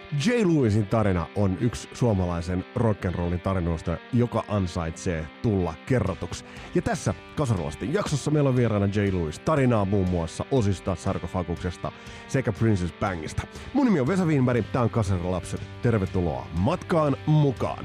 J. Lewisin tarina on yksi suomalaisen rock'n'rollin tarinoista, joka ansaitsee tulla kerrotuksi. Ja tässä Kasarilaisten jaksossa meillä on vieraana J. Lewis. Tarinaa muun muassa Osista, Sarkofaguksesta sekä Princess Bangista. Mun nimi on Vesa Wienberg, tää on Kasarilapset. Tervetuloa matkaan mukaan!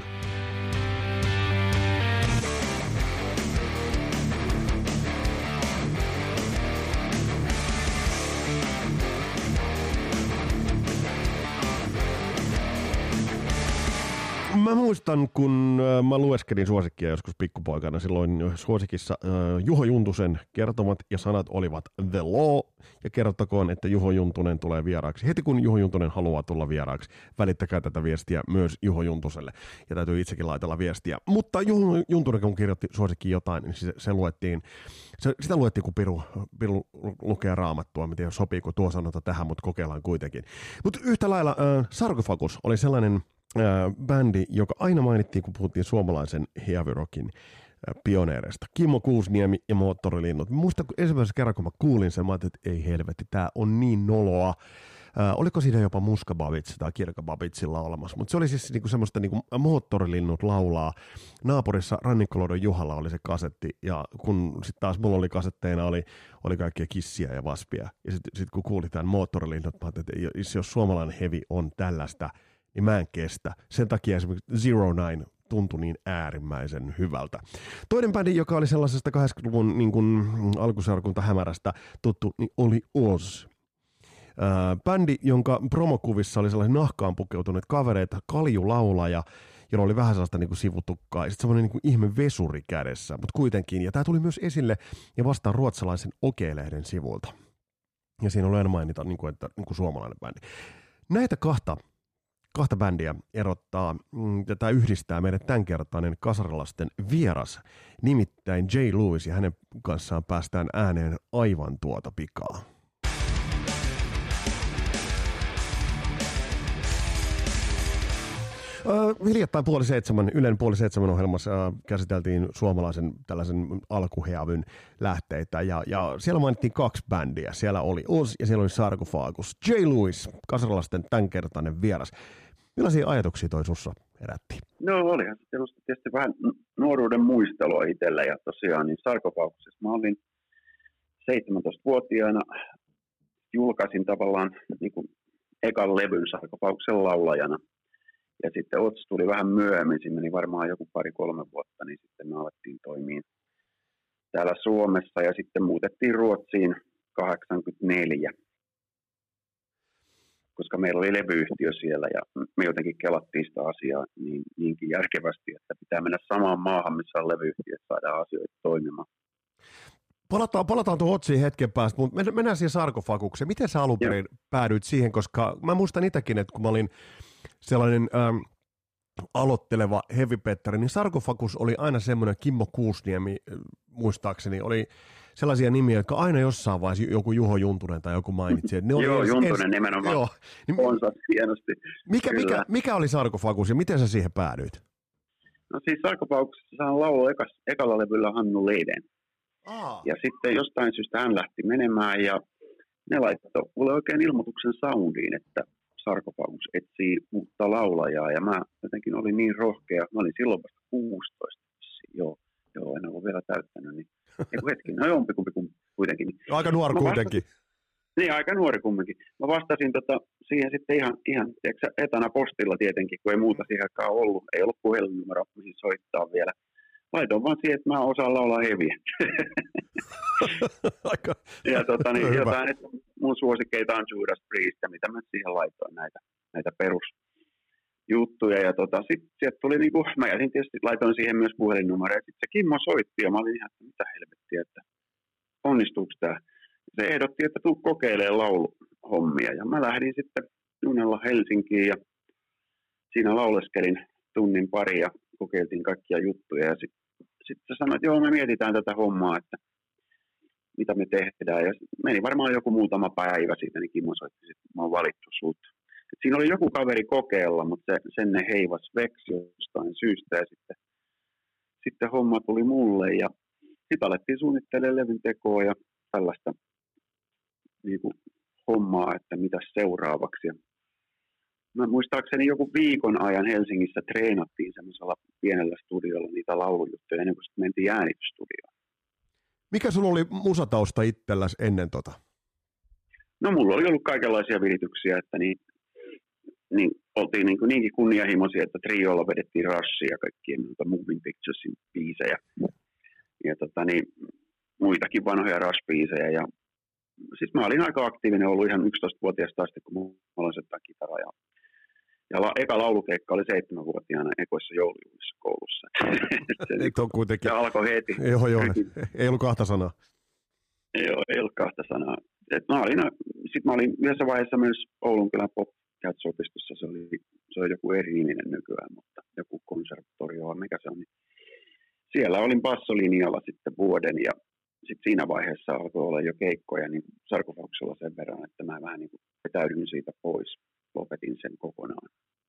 Mä muistan, kun mä lueskelin suosikkia joskus pikkupoikana, silloin suosikissa Juho Juntusen kertomat ja sanat olivat The Law, ja kerrottakoon, että Juho Juntunen tulee vieraaksi. Heti kun Juho Juntunen haluaa tulla vieraaksi, välittäkää tätä viestiä myös Juho Juntuselle, ja täytyy itsekin laitella viestiä. Mutta Juho Juntunen, kun kirjoitti suosikkiin jotain, niin sitä luettiin, kun Piru lukee Raamattua, miten sopiiko tuo sanota tähän, mutta kokeillaan kuitenkin. Mutta yhtä lailla Sarkofagus oli sellainen bändi, joka aina mainittiin, kun puhuttiin suomalaisen heavy rockin pioneereista. Kimmo Kuusniemi ja Moottorilinnut. Muistan, kun ensimmäisen kerran, kun mä kuulin sen, mä ajattelin, että ei helvetti, tää on niin noloa. Oliko siinä jopa Muska Babits tai Kirka Babitsilla olemassa, mutta se oli siis niinku semmoista niinku Moottorilinnut laulaa. Naapurissa Rannikkolodon Juhalla oli se kasetti, ja kun sitten taas mulla oli kasetteina, oli kaikkia Kissiä ja Waspia. Ja sitten kun kuulin tämän Moottorilinnut, mä ajattelin, että jos suomalainen heavy on tällaista, niin mä en kestä. Sen takia esimerkiksi Zero Nine tuntui niin äärimmäisen hyvältä. Toinen bändi, joka oli sellaisesta 80-luvun niin kuin alkusarkunta hämärästä tuttu, niin oli Oz. Bändi, jonka promokuvissa oli sellainen nahkaan pukeutuneet kavereita, kaljulaulaja, jolla oli vähän sellaista niin kuin sivutukkaa ja sitten semmoinen niin kuin ihme vesuri kädessä, mutta kuitenkin. Ja tämä tuli myös esille ja vastaan ruotsalaisen OK-lehden sivulta. Ja siinä oli aina mainita, niin kuin, että niin kuin suomalainen bändi. Näitä kahta bändiä erottaa tai yhdistää meidän tämänkertainen Kasarilasten vieras, nimittäin J. Lewis, ja hänen kanssaan päästään ääneen aivan tuota pikaa. Hiljattain Ylen 6:30 ohjelmassa käsiteltiin suomalaisen tällaisen alkuheavyn lähteitä, ja siellä mainittiin kaksi bändiä. Siellä oli Oz ja siellä oli Sarkofagus. J. Lewis, Kasarilasten tämänkertainen vieras. Millaisia ajatuksia toi sussa herätti? No olihan se tietysti vähän nuoruuden muistelua itsellä, ja tosiaan niin Sarkofaguksessa mä olin 17-vuotiaana, julkaisin tavallaan niin kuin ekan levyn Sarkofaguksen laulajana. Ja sitten Ots tuli vähän myöhemmin, siinä meni varmaan joku 2-3 vuotta, niin sitten me alettiin toimia täällä Suomessa ja sitten muutettiin Ruotsiin 84. Koska meillä oli levyyhtiö siellä ja me jotenkin kelattiin sitä asiaa niinkin järkevästi, että pitää mennä samaan maahan, missä on levyyhtiö, että saadaan asioita toimimaan. Palataan tuon Otsiin hetken päästä, mutta mennään siihen Sarkofagukseen. Miten sä alun perin päädyit siihen, koska mä muistan itsekin, että kun mä olin sellainen aloitteleva heavy-pettari, niin Sarkofagus oli aina semmoinen, Kimmo Kuusniemi muistaakseni, oli sellaisia nimiä, jotka aina jossain vaiheessa joku Juho Juntunen tai joku mainitsi. Että ne oli Juntunen nimenomaan. Joo. On hienosti. Mikä oli Sarkofagus ja miten sä siihen päädyit? No siis Sarkofaguksessa hän lauloi ekalla levyllä Hannu Leiden. Ja sitten jostain syystä hän lähti menemään ja ne laittoi mulle oikein ilmoituksen soundiin, että Sarkofagus etsii uutta laulajaa, ja mä jotenkin olin niin rohkea, mä olin silloin vasta 16, joo, en ollut vielä täyttänyt, niin hetki, no jompikumpi kuitenkin. Aika nuori kuitenkin. Niin, aika nuori kumminkin. Mä vastasin siihen sitten ihan tiedätkö, etänä postilla tietenkin, kun ei muuta siihen aikaan ollut, ei ollut puhelinnumero, mihin soittaa vielä. Laitoin vaan siihen, että mä osaan laulaa heviä. Ja jotain, että mun suosikkeita on Judas Priest, mitä mä siihen laitoin näitä perusjuttuja. Ja sitten sieltä tuli niinku, mä tietysti laitoin siihen myös puhelinnumeroja. Ja sitten se Kimmo soitti ja mä olin ihan, että mitä helvettiä, että onnistuuko tää. Se ehdotti, että tuu kokeilemaan lauluhommia. Ja mä lähdin sitten junalla Helsinkiin ja siinä lauleskelin tunnin pari ja kokeiltiin kaikkia juttuja. Ja sitten se sanoi, että joo, me mietitään tätä hommaa, että mitä me tehdään. Ja meni varmaan joku muutama päivä siitä, niin Kimmo soitti, että mä oon valittu sut. Et siinä oli joku kaveri kokeilla, mutta sen ne heivas veksi jostain syystä. Ja sitten homma tuli mulle ja sitten alettiin suunnittelemaan levyn tekoa ja tällaista niin kuin hommaa, että mitä seuraavaksi. Ja mä muistaakseni joku viikon ajan Helsingissä treenattiin semmoisella pienellä studiolla niitä laulujuttuja ennen kuin sitten mentiin äänitysstudioon. Mikä sulla oli musatausta itselläsi ennen tota? No mulla oli ollut kaikenlaisia virityksiä, että niin oltiin niinkin kunnianhimoisia, että triolla vedettiin Rushia ja kaikkien Moving Picturesin biisejä. Ja muitakin vanhoja Rush-biisejä. Ja siis mä olin aika aktiivinen ollut ihan 11-vuotiaasta asti, kun mulla aloin soittaa kitaraa. Ja eka laulukeikka oli 7-vuotiaana ekoissa joulujuhlissa koulussa. Se alkoi heti. Joo, ei ollut kahta sanaa. Joo, ei ollut kahta sanaa. Sitten mä olin yhdessä vaiheessa myös Oulunkylän Pop-Cats-opistossa. Se on joku eri niminen nykyään, mutta joku konservatorio, mikä se on. Niin siellä olin bassolinjalla sitten vuoden ja sitten siinä vaiheessa alkoi olla jo keikkoja niin sarkofaguksella sen verran, että mä vähän niin kuin vetäydyin siitä pois. Lopetin sen kokonaan.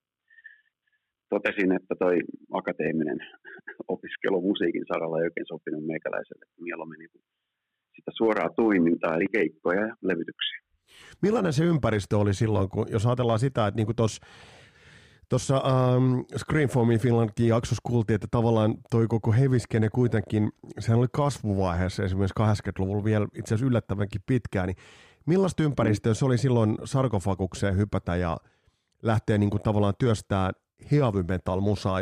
Totesin, että toi akateeminen opiskelu musiikin saralla ei oikein sopinut meikäläiselle. Mieluummin niin sitä suoraa toimintaa, eli keikkoja ja levytyksiä. Millainen se ympäristö oli silloin, kun jos ajatellaan sitä, että niin tuossa Scream for Me Finlandkin jaksossa kuultiin, että tavallaan toi koko heviskene kuitenkin, sehän oli kasvuvaiheessa esimerkiksi 80-luvulla vielä itse asiassa yllättävänkin pitkään, niin millaista ympäristöä se oli silloin sarkofagukseen hypätä ja lähteä niin kuin tavallaan työstää heavy metal musaa,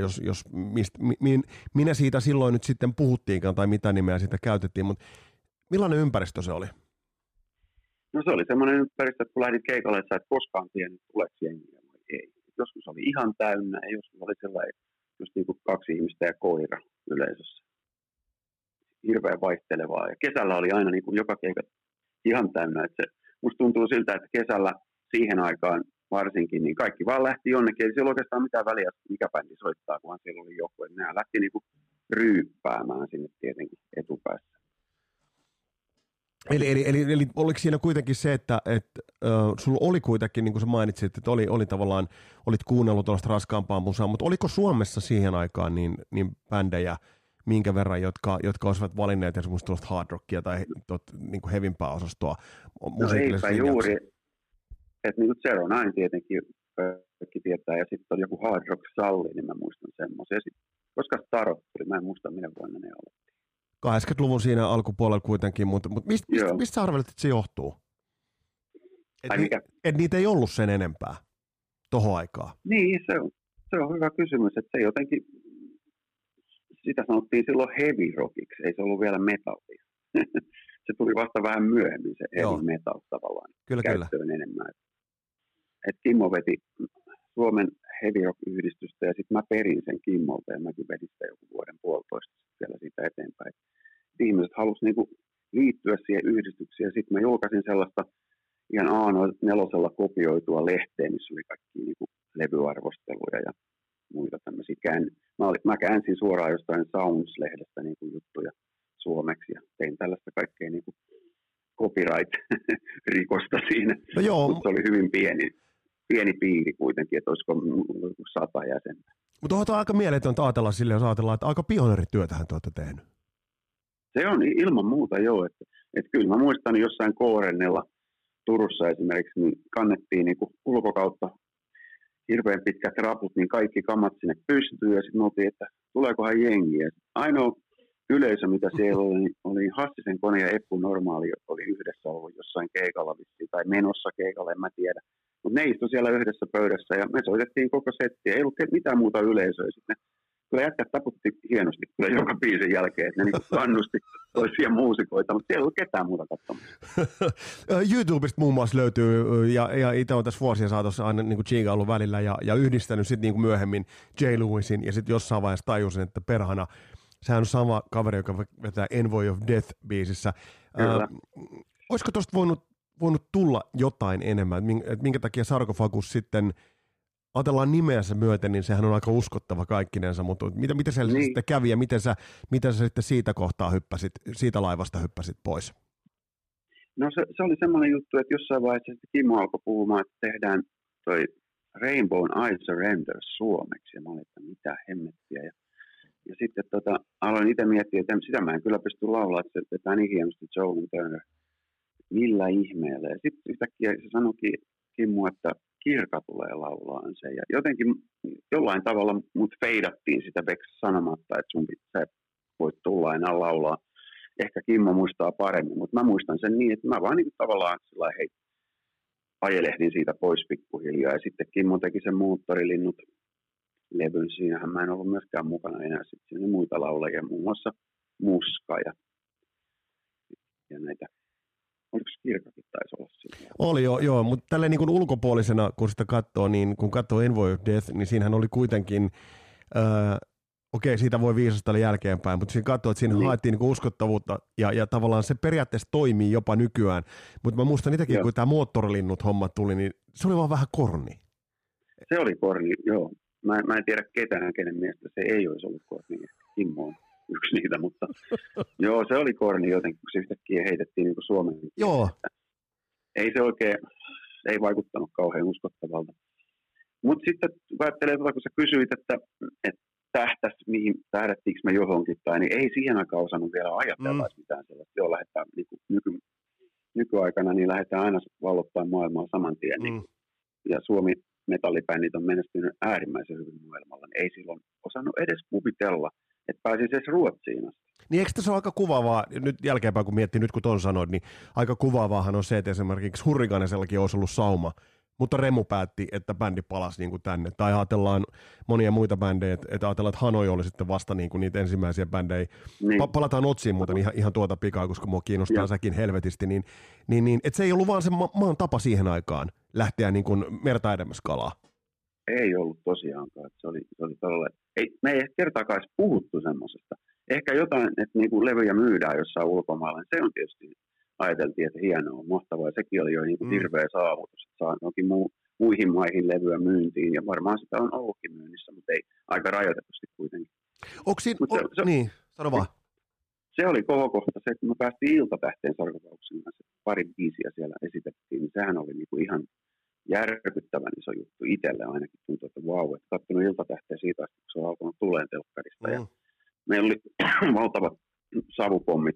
minä siitä silloin nyt sitten puhuttiinkaan tai mitä nimeä siitä käytettiin, mutta millainen ympäristö se oli? No se oli semmoinen ympäristö, että kun lähdit keikalle, että sä et koskaan tiennyt, tuleeko jengiä vai ei. Joskus oli ihan täynnä ja joskus oli sellainen just niin kuin 2 ihmistä ja koira yleisössä. Hirveän vaihtelevaa ja kesällä oli aina niin kuin joka keikka ihan täynnä. Että musta tuntuu siltä, että kesällä siihen aikaan varsinkin, niin kaikki vaan lähti jonnekin. Ei siellä oikeastaan mitään väliä, mikä bändi soittaa, kunhan siellä oli joku. Että nämä lähti niin kuin ryyppäämään sinne tietenkin etupäässä. Eli oliko siinä kuitenkin se, että sulla oli kuitenkin, niin kuin sä mainitsit, että oli tavallaan, olit kuunnellut tuollaista raskaampaa musaa, mutta oliko Suomessa siihen aikaan niin bändejä, minkä verran, jotka olisivat valinneet esimerkiksi tuollaista hard rockia tai niin kuin hevimpää osastoa musiikillisessa linjauksessa? No eipä juuri, että niin kuin Zero Nine tietenkin kaikki tietää, ja sitten oli joku hard rock salli, niin mä muistan semmoisen. Koska Starot tuli, mä en muista minä vuonna ne aloitti. 80-luvun siinä alkupuolella kuitenkin, mutta mistä sä arvelet, että se johtuu? Että niitä ei ollut sen enempää tohon aikaan. Niin, se on hyvä kysymys, että se jotenkin, sitä sanottiin silloin heavy rockiksi, ei se ollut vielä metallia. Se tuli vasta vähän myöhemmin se heavy metal tavallaan käyttöön enemmän. Et Kimmo veti Suomen heavy rock-yhdistystä ja sitten mä perin sen Kimmolta ja mäkin vedin sitä joku vuoden puolitoista vielä siitä eteenpäin. Ihmiset halusivat niinku liittyä siihen yhdistykseen ja sitten mä julkaisin sellaista ihan A4 kopioitua lehteen, missä oli kaikki niinku levyarvosteluja ja muita tämmöisiä. Mä käänsin suoraan jostain Sounds-lehdestä niinku juttuja suomeksi ja tein tällaista kaikkea niinku copyright-rikosta siinä. No mutta se oli hyvin pieni piiri kuitenkin, että olisiko 100 jäsentä. Mutta on aika mieletöntä ajatella sille, jos ajatellaan, että aika pioneerityötähän te olette tehnyt. Se on ilman muuta joo, että kyllä mä muistan jossain Koorennella Turussa esimerkiksi, niin kannettiin niin ulkokautta hirveän pitkät raput, niin kaikki kamat sinne pystyy ja sitten me oltiin, että tuleekohan jengiä. Ainoa yleisö, mitä siellä oli Hassisen Kone ja Eppu Normaali, jotka oli yhdessä ollut jossain keikalla vissiin, tai menossa keikalla, en mä tiedä. Mutta ne istuivat siellä yhdessä pöydässä ja me soitettiin koko settiä. Ei ollut mitään muuta yleisöä. Sitten kyllä jätkät taputti hienosti kyllä joka biisin jälkeen, että ne niin kannusti toisia muusikoita, mutta siellä ei ollut ketään muuta katsomassa. YouTubesta muun muassa löytyy, ja itse olen tässä vuosien saatossa aina niin chiigaillut välillä ja yhdistänyt sitten niin myöhemmin J. Lewisin, ja sitten jossain vaiheessa tajusin, että perhana, sehän on sama kaveri, joka vetää Envoy of Death-biisissä. Olisiko tuosta voinut tulla jotain enemmän, että minkä takia Sarkofagus sitten, ajatellaan nimeänsä myöten, niin sehän on aika uskottava kaikkinensa, mutta mitä siellä niin sitten kävi ja miten sä sitten siitä kohtaa siitä laivasta hyppäsit pois? No se oli semmoinen juttu, että jossain vaiheessa sitten Kimmo alkoi puhumaan, että tehdään toi Rainbow I Surrender suomeksi, ja mä olin, että mitä hemmettiä, ja sitten aloin itse miettiä, että sitä mä en kyllä pysty laulaa, että se vetää niin hienosti Joel Turner. Millä ihmeellä. Ja sitten yhtäkkiä se sanoikin Kimmo, että Kirka tulee laulaan sen. Ja jotenkin jollain tavalla mut feidattiin sitä Bex sanomatta, että sä et voit tulla enää laulaa. Ehkä Kimmo muistaa paremmin, mutta mä muistan sen niin, että mä vaan niin tavallaan hei, ajelehdin siitä pois pikkuhiljaa. Ja sitten Kimmo teki sen Moottorilinnut levyn. Siinähän mä en ollut myöskään mukana enää. Sitten siinä muita laulajia, muun muassa Muska ja näitä. Oliko Kirkakin taisi olla siinä? Oli joo, mutta tälleen niin kuin ulkopuolisena, kun sitä katsoo, niin kun katsoo Envoy of Death, niin siinähän oli kuitenkin, okei, siitä voi viisastella jälkeenpäin, mutta siinä katsoo, että siinä haettiin niin uskottavuutta, ja tavallaan se periaatteessa toimii jopa nykyään. Mutta mä muistan itsekin, kun tämä Moottorilinnut homma tuli, niin se oli vaan vähän korni. Se oli korni, joo. Mä en tiedä ketään, kenen mielestä se ei olisi ollut korni. Kimmo on yksi niitä, mutta joo, se oli korni jotenkin, kun se yhtäkkiä heitettiin niin kuin Suomen. Joo. Ei se oikein, ei vaikuttanut kauhean uskottavalta. Mutta sitten kun ajattelee, kun sä kysyit, että tähdättiinkö me johonkin, niin ei siihen aikaan osannut vielä ajatella mitään sellaista. Joo, lähdetään niin nykyaikana, niin lähdetään aina vallottaa maailmaa saman tien. Niin, ja Suomi-metallibändit on menestynyt äärimmäisen hyvin maailmalla. Ei silloin osannut edes kuvitella, että pääsisi edes Ruotsiin asti. Niin eikö tässä ole aika kuvaavaa, nyt jälkeenpäin kun miettii, nyt kun ton sanoit, niin aika kuvaavaahan on se, että esimerkiksi Hurrikanesellakin olisi ollut sauma, mutta Remu päätti, että bändi palasi niin kuin tänne. Tai ajatellaan monia muita bändejä, että ajatellaan, että Hanoi oli sitten vasta niin kuin niitä ensimmäisiä bändejä. Niin. Palataan Otsiin muuten ihan tuota pikaa, koska mua kiinnostaa säkin helvetisti. Niin, että se ei ollut vaan se maan tapa siihen aikaan lähteä niin kuin merta edemmäs kalaa. Ei ollut tosiaankaan. Se oli todella, me ei kertaakaan edes puhuttu semmoisesta. Ehkä jotain, että niin kuin levyjä myydään jossain ulkomailla, niin se on tietysti, ajateltiin, että hienoa, mahtavaa. Ja sekin oli jo niin kuin hirveä saavutus, että saa johonkin muihin maihin levyä myyntiin. Ja varmaan sitä on ollutkin myynnissä, mutta ei aika rajoitetusti kuitenkin. Onko siinä, niin, sano vaan. Se oli kohokohta se, kun me päästiin Iltatähteen sarkofauksen kanssa, pari biisiä siellä esitettiin, niin sehän oli niin kuin ihan järkyttävän iso juttu itselle ainakin. Tuntui, että vau, että kattonut Iltatähteen siitä, kun se on alkanut tuleen telkkarista. Ja meillä oli valtavat savupommit,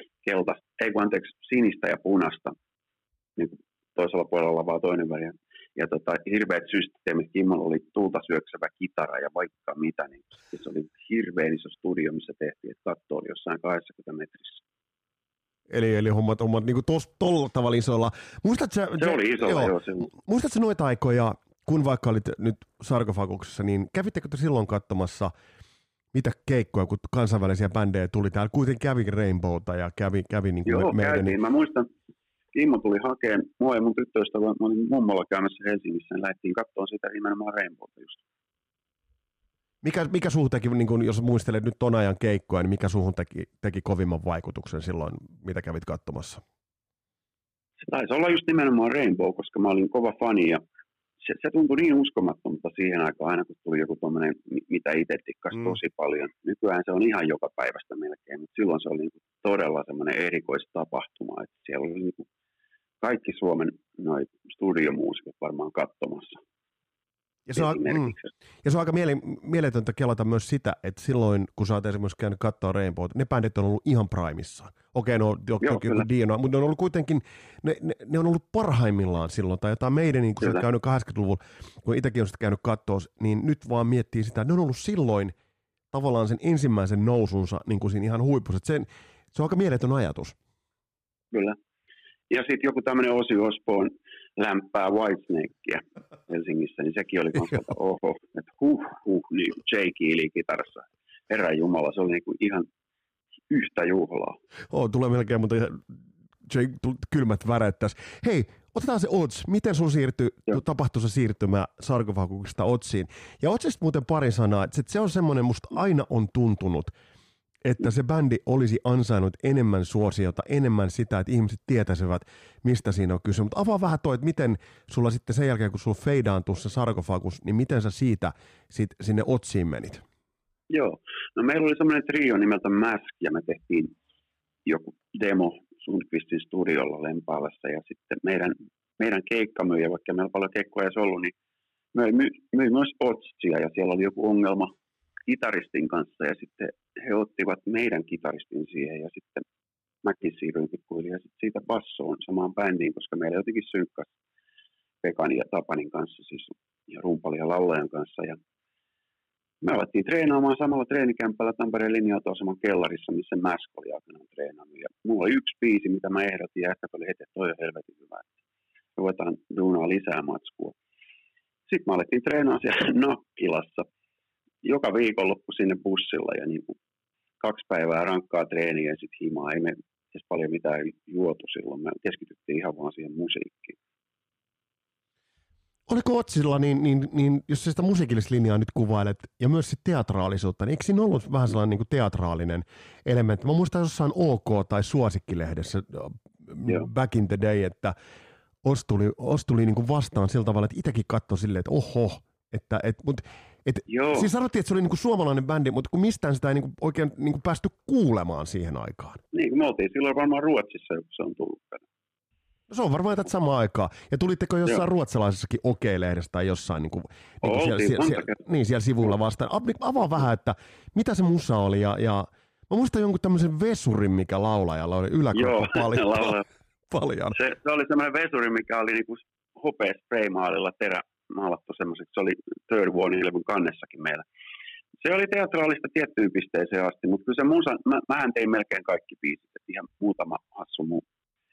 sinistä ja punasta, niin toisella puolella vaan toinen väri. Ja hirveät systeemit, Kimmolla oli tulta syöksevä kitara ja vaikka mitä, niin se oli hirveän iso studio, missä tehtiin, että katto oli jossain 20 metrissä. Eli hommat niin kuin tuolla tavalla isolla. Se oli isolla, joo. Muistatko noita aikoja, kun vaikka olit nyt Sarkofaguksessa, niin kävittekö te silloin katsomassa mitä keikkoja, kun kansainvälisiä bändejä tuli? Täällä kuitenkin kävi Rainbowta ja kävi niin kuin joo, meidän. Käytiin. Mä muistan, Kimmo tuli hakemaan mua ja mun tyttöystä, mä olin mummolla käymässä Helsingissä, niin lähdettiin katsomaan sitä nimenomaan Rainbowta just. Mikä suhun teki, niin kun, jos muistelet nyt ton ajan keikkoja, niin mikä suhun teki kovimman vaikutuksen silloin, mitä kävit katsomassa? Se taisi olla just nimenomaan Rainbow, koska mä olin kova fani ja se tuntui niin uskomattomalta siihen aikaan, aina kun tuli joku tommoinen, mitä itse tikkasi tosi paljon. Nykyään se on ihan joka päivästä melkein, mutta silloin se oli niin todella semmoinen erikoistapahtuma, että siellä oli niin kaikki Suomen noi studiomuusikot varmaan katsomassa. Ja se on aika mieletöntä kelata myös sitä, että silloin, kun sä oot esimerkiksi käynyt katsoa Rainbowta, ne bändit on ollut ihan primissaan. Okei, no joku Dino, mutta ne on ollut kuitenkin, ne on ollut parhaimmillaan silloin, tai jotain meidän, niin kun sä oot käynyt 80-luvulla, kun itsekin on sitä käynyt katsoa, niin nyt vaan miettii sitä, että ne on ollut silloin tavallaan sen ensimmäisen nousunsa niin kuin siinä ihan huipussa. Se on aika mieletön ajatus. Kyllä. Ja sitten joku tämmöinen Ozzy Osbourne lämpää Whitesnakea Helsingissä, niin sekin oli konsolta oho, että niin Jay Keely kitarassa. Herran Jumala, se oli niinku ihan yhtä juhlaa. Tulee melkein, mutta kylmät väreet tässä. Hei, otetaan se Odds. Miten sun tapahtui se siirtymä Sarkofaguksesta Odsiin? Ja Odsista muuten pari sanaa, että se on semmoinen, musta aina on tuntunut, että se bändi olisi ansainnut enemmän suosiota, enemmän sitä, että ihmiset tietäisivät, mistä siinä on kyse. Mutta avaa vähän toi, että miten sulla sitten sen jälkeen, kun sulla feidaantui se Sarkofagus, niin miten sä siitä sinne Otsiin menit? Joo, no meillä oli semmoinen trio nimeltä Mask, ja me tehtiin joku demo Sundqvistin studiolla Lempaalassa, ja sitten meidän keikkamyyjä, vaikka meillä paljon keikkoja ei ollut, niin myi myös Otsia, ja siellä oli joku ongelma kitaristin kanssa, ja sitten he ottivat meidän kitaristin siihen, ja sitten mäkin siirryin pikkuhiljaa siitä bassoon samaan bändiin, koska meillä jotenkin synkkäsi Pekan ja Tapanin kanssa, siis ja rumpalin ja laulajan kanssa. Ja me alettiin treenaamaan samalla treenikämpällä Tampereen linja-autoaseman kellarissa, missä Mask oli aikanaan treenannut. Ja mulla oli yksi biisi, mitä mä ehdotin, ja ehkä oli heti, että toi on helvetin hyvä, että ruvetaan duunaa lisää matskua. Sitten mä alettiin treenaa siellä Nakkilassa joka viikonloppu sinne bussilla, ja niin 2 päivää rankkaa treeniä ja sitten himaa. Ei me edes paljon mitään juotu silloin, me keskityttiin ihan vaan siihen musiikkiin. Oliko Otsilla, niin jos sitä musiikillista linjaa nyt kuvailet, ja myös sit teatraalisuutta, niin eikö siinä ollut vähän sellainen niin kuin teatraalinen elementti? Mä muistan jossain OK- tai Suosikkilehdessä back in the day, että Os tuli niin kuin vastaan sillä tavalla, että itsekin katsoi silleen, että oho, siis sanottiin, että se oli niin kuin suomalainen bändi, mutta kun mistään sitä ei niin kuin oikein niin kuin päästy kuulemaan siihen aikaan. Niin, me oltiin silloin varmaan Ruotsissa, kun se on tullut. No se on varmaan tätä samaa aikaa. Ja tulitteko jossain ruotsalaisessakin OK-lehdessä tai jossain siellä sivuilla vastaan? Avaa vähän, että mitä se musa oli. Ja mä muistan jonkun tämmöisen vesurin, mikä laulajalla oli yläkroppa paljon. Se oli semmoinen vesuri, mikä oli niinku hopea spraymaalilla maalattu semmoiseksi. Se oli Third Warning-levyn kannessakin meillä. Se oli teatraalista tiettyyn pisteeseen asti, mutta kyllä se musa, mähän tein melkein kaikki biisit, että ihan muutama hassu muu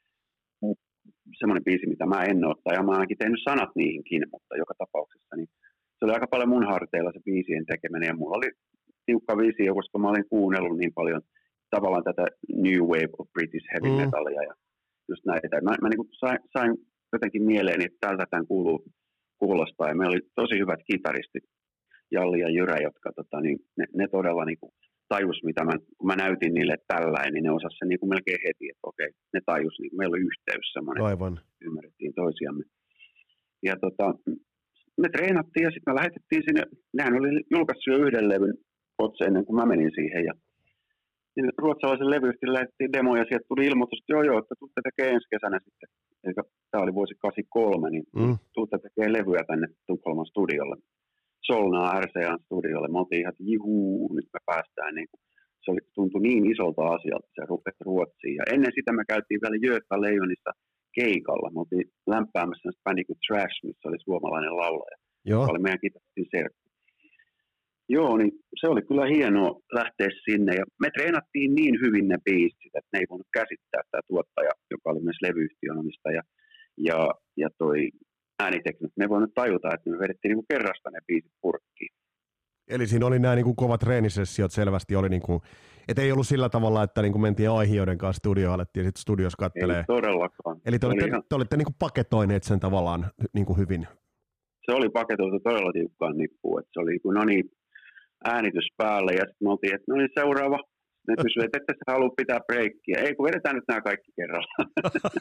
semmoinen biisi, mitä mä en ottaa, ja mä ainakin tehnyt sanat niihinkin, mutta joka tapauksessa, niin se oli aika paljon mun harteilla se biisien tekeminen, ja mulla oli tiukka visio, koska mä olin kuunnellut niin paljon tavallaan tätä New Wave of British Heavy Metalia, ja just näitä. Mä niin kuin sain jotenkin mieleeni, että tältä tämän kuulostaa, ja meillä oli tosi hyvät kitaristit, Jalli ja Jyrä, jotka ne todella niin kuin tajus, kun mä näytin niille tälläin, niin ne osasi sen niin kuin melkein heti, että okei, ne tajus, niin meillä oli yhteys semmoinen, aivan. Ymmärrettiin toisiamme. Ja me treenattiin ja sitten me lähetettiin sinne, nehän oli julkaissut jo 1 levyn Otse ennen kuin mä menin siihen, ja niin ruotsalaisen levyyhtiön lähetettiin demo, ja sieltä tuli ilmoitus, että joo, että tuutte tekemään ensi kesänä sitten, eli tämä oli vuosi 83, niin tuutte tekemään levyä tänne Tukholman studiolle. Solnaa RCAn studiolle. Me oltiin ihan, että jihuu, nyt me päästään. Niin se tuntui niin isolta asialta se rupesi Ruotsiin. Ja ennen sitä me käytiin vielä Göta Leijonissa keikalla. Me oltiin lämpäämässä sellaista bändi kuin Trash, missä oli suomalainen laulaja. Joka oli meidän kitaristin serkku. Joo, niin se oli kyllä hienoa lähteä sinne. Ja me treenattiin niin hyvin ne biisit, että ne ei voinut käsittää tämä tuottaja, joka oli myös levyyhtiön omistaja. Ja toi äänitekniikka. Me ei voinut tajuta, että me vedettiin niin kerrasta ne biisit purkkiin. Eli siinä oli nämä niin kovat treenisessiot selvästi, oli niin kuin, että ei ollut sillä tavalla, että niin kuin mentiin aihioiden kanssa studioon, alettiin sitten studios kattelee. Ei todellakaan. Eli te olitte niin kuin paketoineet sen tavallaan niin kuin hyvin. Se oli paketoitu todella tiukkaan nippuun, että se oli äänitys päälle ja sitten me oltiin, että no niin seuraava. Ne kysyivät, että ette sä halua pitää breikkiä. Ei, kun vedetään nyt nämä kaikki kerralla.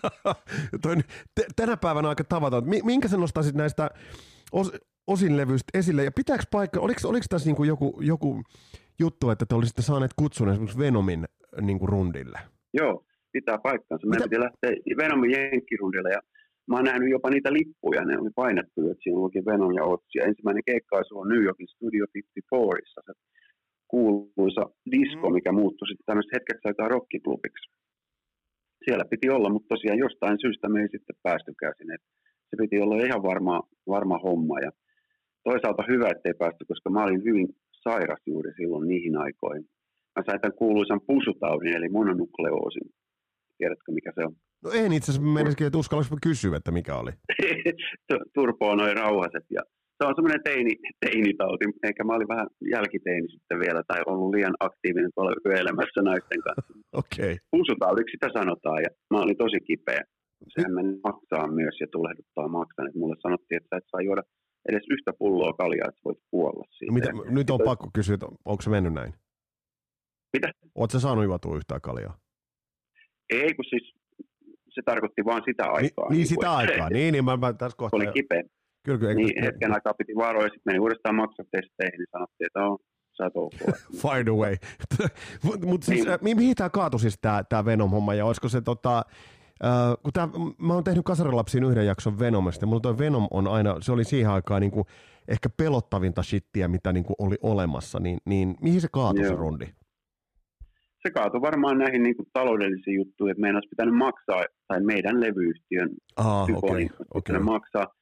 Tänä päivänä aika tavaton. Minkä sä nostaisit näistä osinlevyistä esille? Ja pitääkö paikka, oliko tässä niinku joku juttu, että te olisitte saaneet kutsun esimerkiksi Venomin niinku rundille? Joo, pitää paikkansa. Meidän piti lähteä Venomin jenkkirundille ja mä oon nähnyt jopa niitä lippuja. Ne oli painettu, että siinä luki Venom ja Otsi. Ja ensimmäinen keikkaisu on New Yorkin Studio 54:issa. Se kuuluisa disco, mikä muuttui sitten tämmöistä hetkeksi aikaa rockiklubiksi. Siellä piti olla, mutta tosiaan jostain syystä me ei sitten päästykään sinne. Se piti olla ihan varma homma. Ja toisaalta hyvä, ettei päästy, koska mä olin hyvin sairas juuri silloin niihin aikoihin. Mä sain tämän kuuluisan pusutaudin, eli mononukleoosin. Tiedätkö, mikä se on? No en itse asiassa menisinkin, että uskallanko kysyä, että mikä oli? Turpoa noin rauhaset ja se on semmoinen teinitauti, eikä mä olin vähän jälkiteini sitten vielä, tai ollut liian aktiivinen tuolla yöelämässä naisten kanssa. Okei. Pusutaudiksi sitä sanotaan, ja mä olin tosi kipeä. Sehän meni maksaa myös ja tulehduttaa maksan. Et mulle sanottiin, että sä et saa juoda edes yhtä pulloa kaljaa, että voit kuolla siitä. Nyt on pakko kysyä, että onko se mennyt näin? Mitä? Ootko sä saanut juotua yhtään kaljaa? Ei, kun siis se tarkoitti vaan sitä aikaa. Niin sitä aikaa. Niin, mä tässä kohtaa. Oli kipeä. Kyllä, niin hetken aikaa piti varoa ja sitten meni uudestaan maksatesteihin, niin sanottiin, että sä oot ok. Find a way. Mutta siis, mihin tämä kaatui siis tämä Venom-homma, ja olisiko se kun mä oon tehnyt Kasarilapsiin 1 jakson Venomista, ja mulla toi Venom on aina, se oli siihen aikaan niinku ehkä pelottavinta shittiä, mitä niinku oli olemassa, niin mihin se kaatui se rundi? Se kaatui varmaan näihin niinku taloudellisiin juttuihin, että meidän olisi pitänyt maksaa, tai meidän levyyhtiön okay. maksaa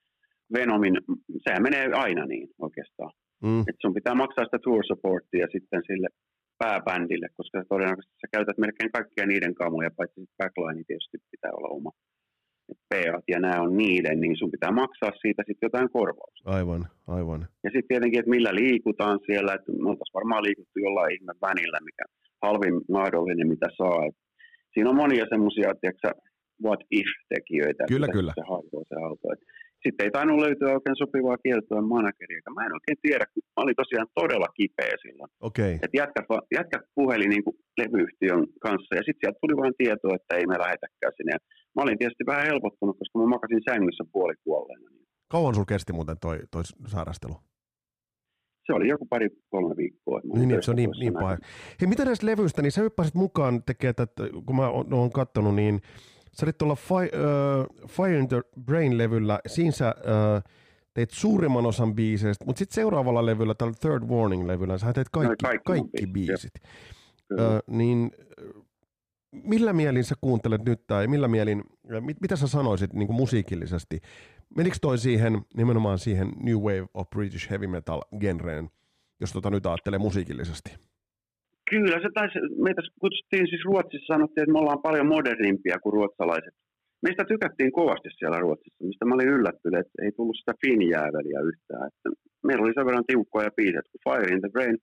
Venomin, sehän menee aina niin oikeastaan. Että sun pitää maksaa sitä tour supportia sitten sille pääbändille, koska todennäköisesti sä käytät melkein kaikkia niiden kamoja, paitsi backline tietysti pitää olla oma. PAt ja nämä on niiden, niin sun pitää maksaa siitä sitten jotain korvausta. Aivan. Ja sitten tietenkin, että millä liikutaan siellä, että me oltaisiin varmaan liikuttu jollain ihme vänillä, mikä halvin mahdollinen, mitä saa. Et siinä on monia semmoisia, tiedätkö, what if-tekijöitä. Kyllä. Se auto. Sitten ei tainnut löytyä oikein sopivaa kieltoa manageria. Mä en oikein tiedä, kun mä olin tosiaan todella kipeä silloin. Okay. Että jätkät puheli niin kuin levyyhtiön kanssa ja sitten sieltä tuli vain tietoa, että ei me lähetäkään sinne. Ja mä olin tietysti vähän helpottunut, koska mä makasin sängyssä puolikuolleena. Kauan sulla kesti muuten toi sairastelu? Se oli joku 2-3 viikkoa. Niin, se on niin paha. Hei, mitä näistä levyistä, niin sä hyppäsit mukaan tekemään, että kun mä oon katsonut, niin sä olit tuolla Fire in the Brain-levyllä, siinä sä teit suurimman osan biiseistä, mutta sitten seuraavalla levyllä, tällä Third Warning-levyllä, sä teit kaikki biisit. Niin millä mielin sä kuuntelet nyt, tai millä mielin, mitä sä sanoisit niin kuin musiikillisesti? Menikö toi siihen, nimenomaan siihen New Wave of British Heavy Metal-genreen, jos nyt ajattelee musiikillisesti? Kyllä, meitä kutsuttiin siis Ruotsissa, sanottiin, että me ollaan paljon modernimpia kuin ruotsalaiset. Meistä tykättiin kovasti siellä Ruotsissa, mistä mä olin yllättynyt, että ei tullut sitä finjääveliä yhtään. Että meillä oli sen verran tiukkoja biisejä, kun Fire in the Brain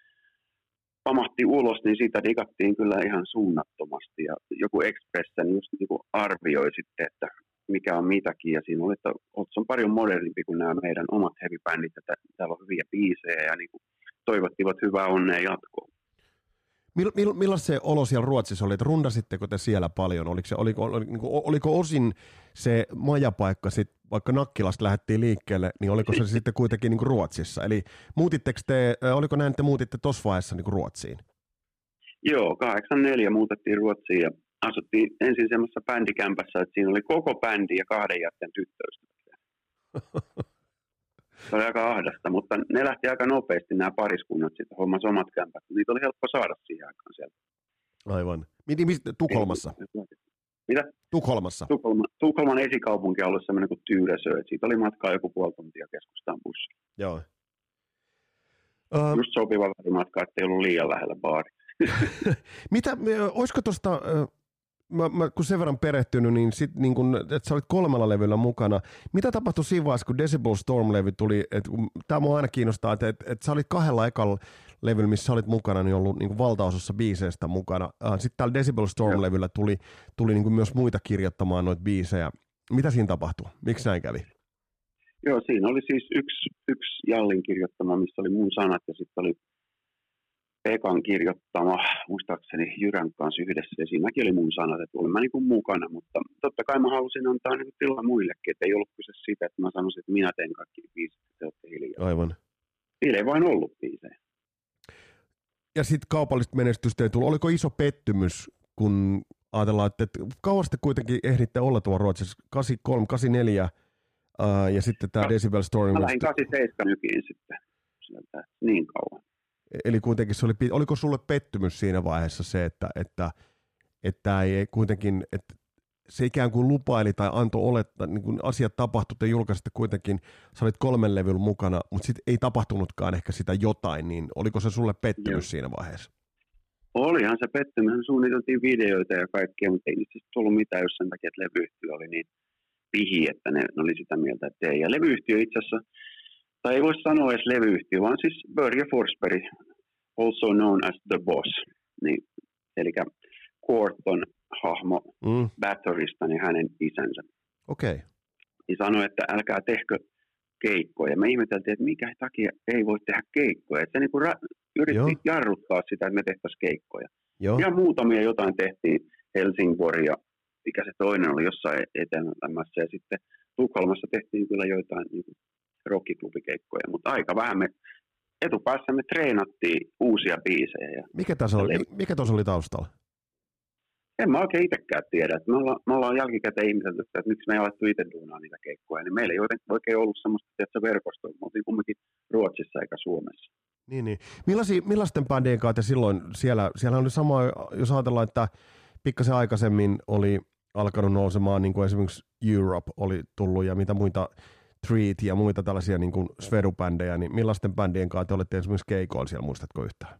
pamahti ulos, niin siitä digattiin kyllä ihan suunnattomasti. Ja joku Expressen just niin kuin arvioi sitten, että mikä on mitäkin. Ja siinä oli, että Ots on paljon modernimpi kuin nämä meidän omat heavy-bändit, että täällä on hyviä biisejä ja niin kuin toivottivat hyvää onnea jatkoon. Millaista se olo siellä Ruotsissa oli, että rundasitteko te siellä paljon? Oliko osin se majapaikka, sit, vaikka Nakkilasta lähdettiin liikkeelle, niin oliko se sitten kuitenkin niin kuin Ruotsissa? Eli oliko näin, että muutitte tuossa vaiheessa niin kuin Ruotsiin? Joo, 84 muutettiin Ruotsiin ja asuttiin ensin semmoisessa bändikämpässä, että siinä oli koko bändi ja 2 jätten tyttöystävät. Se oli aika ahdasta, mutta ne lähti aika nopeasti nämä pariskunnat sitten hommasi omat kämpät. Niitä oli helppo saada siihen aikaan sieltä. Aivan. Tukholmassa? Mitä? Tukholmassa. Tukholman esikaupunki on ollut sellainen kuin Tyresö, että siitä oli matkaa joku 0,5 tuntia keskustaan bussilla. Joo. Just sopiva välimatka, ettei ollut liian lähellä baari. Olisiko tuosta... Mä kun sen verran perehtynyt, niin sit niin kun, että sä olit 3 levyllä mukana. Mitä tapahtui siinä vaiheessa, kun Decibel Storm-levy tuli? Tämä mua aina kiinnostaa, että sä olit 2 ekalla levyllä, missä sä olit mukana, niin ollut niin valtaosassa biiseistä mukana. Sitten täällä Decibel Storm-levyllä tuli niin myös muita kirjoittamaan noita biisejä. Mitä siinä tapahtui? Miksi näin kävi? Joo, siinä oli siis yksi Jallin kirjoittama, missä oli mun sanat ja sitten oli Pekan kirjoittama, muistaakseni Jyrän kanssa yhdessä, ja siinäkin oli mun sanat, että olin mä niin kuin mukana, mutta totta kai mä halusin antaa niin tilaa muillekin, että ei ollut kyse siitä, että mä sanoisin, että minä teen kaikki biisit, että te olette hiljaa. Aivan. Niillä ei vain ollut biisejä. Ja sitten kaupallista menestystä ei tullut. Oliko iso pettymys, kun ajatellaan, että kauasti kuitenkin ehditte olla tuolla Ruotsissa, 83, 84, ja sitten tämä Decibel Storm. Mä lähdin 87 nykiin sitten, sieltä niin kauan. Eli kuitenkin oliko sulle pettymys siinä vaiheessa se, että ei kuitenkin, että se ikään kuin lupaili tai antoi olettaa, niin kuin asiat tapahtui, te julkaisitte kuitenkin, sä olit 3 levyllä mukana, mutta sitten ei tapahtunutkaan ehkä sitä jotain, niin oliko se sulle pettymys siinä vaiheessa? Olihan se pettymys, suunniteltiin videoita ja kaikkea, mutta ei nyt siis tullut mitään, jos sen takia, että levyyhtiö oli niin pihi, että ne oli sitä mieltä, että ei. Ja levyyhtiö itse asiassa, tai ei voi sanoa edes levyyhtiö, vaan siis Börje Forsberg, also known as The Boss, niin, eli Quarton hahmo Batterista, niin hänen isänsä. Okei. Niin sanoi, että älkää tehkö keikkoja. Me ihmeteltiin, että mikä takia ei voi tehdä keikkoja. Että se niin kuin yritti jarruttaa sitä, että me tehtäisiin keikkoja. Joo. Ja muutamia jotain tehtiin Helsingborg ja mikä se toinen oli jossain etelämässä. Ja sitten Tukholmassa tehtiin kyllä joitain niin rockiklubikeikkoja, mutta aika vähän me etupäässä me treenattiin uusia biisejä. Mikä tuossa oli taustalla? En mä oikein itsekään tiedä. Me ollaan jälkikäteen ihmetelty, että miksi me ei alettu itse duunaa niitä keikkoja. Niin meillä ei oikein ollut semmoista verkostoa, mutta oltiin kumminkin Ruotsissa eikä Suomessa. Niin. Millaisten bändien kanssa silloin siellä oli sama, jos ajatellaan, että pikkasen aikaisemmin oli alkanut nousemaan, niin kuin esimerkiksi Europe oli tullut ja mitä muita Treat ja muita tällaisia niin kuin Svedu-bändejä, niin millaisten bändien kanssa te olette esimerkiksi keikoilla siellä, muistatko yhtään?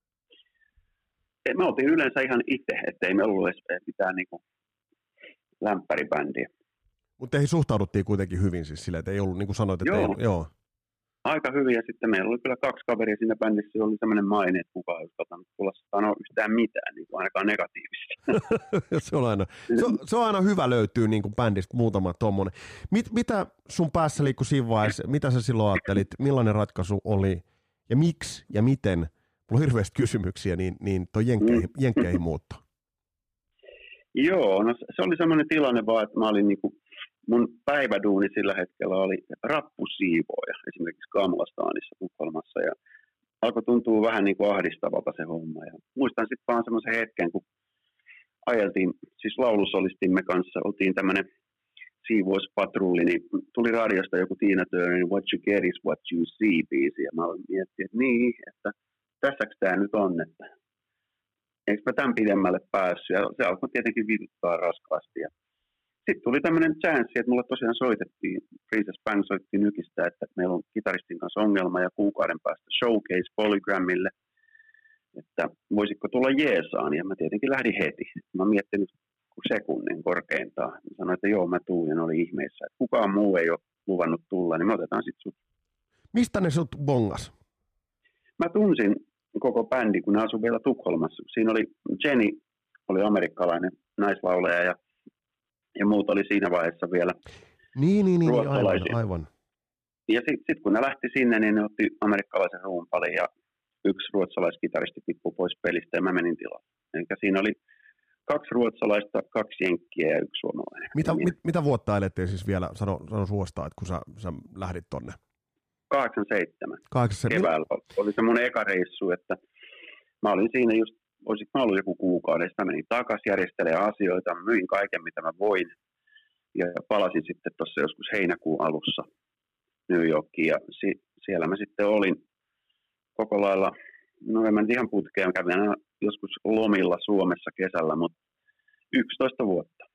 Me oltiin yleensä ihan itse, ettei me ollut edes mitään niin kuin lämpäribändiä. Mutta heihin suhtauduttiin kuitenkin hyvin siis silleen, että ei ollut, niin kuin sanoit, että joo. Aika hyvin, ja sitten meillä oli kyllä 2 kaveria siinä bändissä, jolla oli sellainen maine, että kukaan ei uskaltanut tulla sanoa yhtään mitään, niin kuin ainakaan negatiivista. se on aina hyvä löytyy niin kuin bändistä muutama tommonen. Mitä sun päässä liikkui siinä vaiheessa, mitä sä silloin ajattelit, millainen ratkaisu oli, ja miksi ja miten, mulla on hirveästi kysymyksiä, niin toi jenkkeihin muutto. Joo, no se oli sellainen tilanne vaan, että mä olin niinku, mun päiväduuni sillä hetkellä oli rappusiivooja, esimerkiksi Gamlastaanissa Tukholmassa, ja alkoi tuntua vähän niin kuin ahdistavalta se homma. Ja muistan sitten vaan semmoisen hetken, kun ajeltiin, siis laulusolistimme kanssa, oltiin tämmöinen siivouspatruuli, niin tuli radiosta joku Tina Turnerin What You Get Is What You See -biisi, ja mä miettin, että niin, että tässäks tää nyt on, että eikö mä tämän pidemmälle päässyt, ja se alkoi tietenkin vituttaa raskaasti. Sitten tuli tämmöinen chanssi, että mulle tosiaan soitettiin, Princess Bang soitti Nykistä, että meillä on kitaristin kanssa ongelma ja kuukauden päästä showcase Polygramille, että voisitko tulla jeesaan, ja mä tietenkin lähdin heti. Mä miettinyt sekunnin korkeintaan. Mä sanoin, että joo, mä tuun, ja ne oli ihmeessä, että kukaan muu ei ole luvannut tulla, niin me otetaan sitten sut. Mistä ne sut bongas? Mä tunsin koko bändi, kun ne asui vielä Tukholmassa. Siinä oli Jenny, oli amerikkalainen naislaulaja, ja muut oli siinä vaiheessa vielä ruotsalaisia. Aivan. Ja sitten kun ne lähti sinne, niin ne otti amerikkalaisen rumpalin ja yksi ruotsalaiskitaristi tippui pois pelistä ja mä menin tilaan. Eli siinä oli 2 ruotsalaista, 2 jenkkiä ja 1 suomalainen. Mitä vuotta elettiin siis vielä, sano suostaa, että kun sä lähdit tonne? 87. Keväällä oli se mun eka reissu, että mä olin siinä just, olisin mä ollut joku kuukauden, mä menin takaisin järjestelemään asioita, myin kaiken mitä mä voin ja palasin sitten tuossa joskus heinäkuun alussa New Yorkiin ja siellä mä sitten olin koko lailla, no en mä ihan putkeen, kävin aina joskus lomilla Suomessa kesällä, mutta 11 vuotta.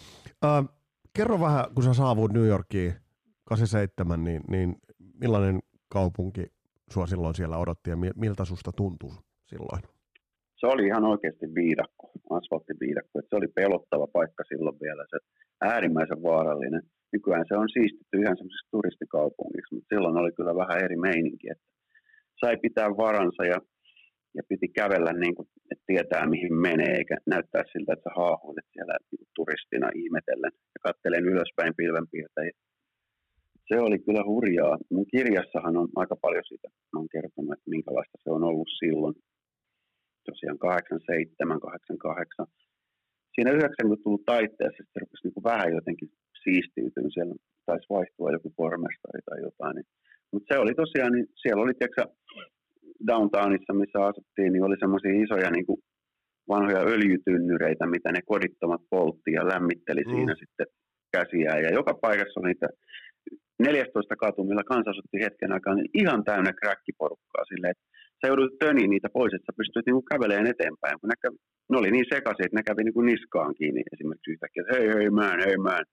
Kerro vähän, kun sä saavuit New Yorkiin 87, niin millainen kaupunki sua silloin siellä odotti ja miltä susta tuntui silloin? Se oli ihan oikeasti viidakko, asfalttiviidakko. Se oli pelottava paikka silloin vielä, se äärimmäisen vaarallinen. Nykyään se on siistitty ihan semmoisessa turistikaupungiksi, mutta silloin oli kyllä vähän eri meininki, että sai pitää varansa ja piti kävellä niin kuin, että tietää mihin menee, eikä näyttää siltä, että sä haahuilet siellä turistina ihmetellen ja katselen ylöspäin pilvenpiirtäjiä. Se oli kyllä hurjaa. Mun kirjassahan on aika paljon siitä, mä oon kertonut, että minkälaista se on ollut silloin. Tosiaan 87, 88. Siinä 90-luvun taitteessa se rupesi niin kuin vähän jotenkin siistiytyä. Siellä taisi vaihtua joku pormestari tai jotain. Mutta se oli tosiaan, niin siellä oli downtownissa, missä asuttiin, niin oli semmoisia isoja niin kuin vanhoja öljytynnyreitä, mitä ne kodittomat poltti ja lämmitteli siinä sitten käsiään. Ja joka paikassa oli niitä 14 katu, millä kanssa asuttiin hetken aikaa, niin ihan täynnä kräkkiporukkaa silleen, että sä joudut töniin niitä pois, että sä pystyt niinku kävelemään eteenpäin. Kun ne oli niin sekaisin, että ne kävi niinku niskaan kiinni esimerkiksi yhtäkkiä, että hei man.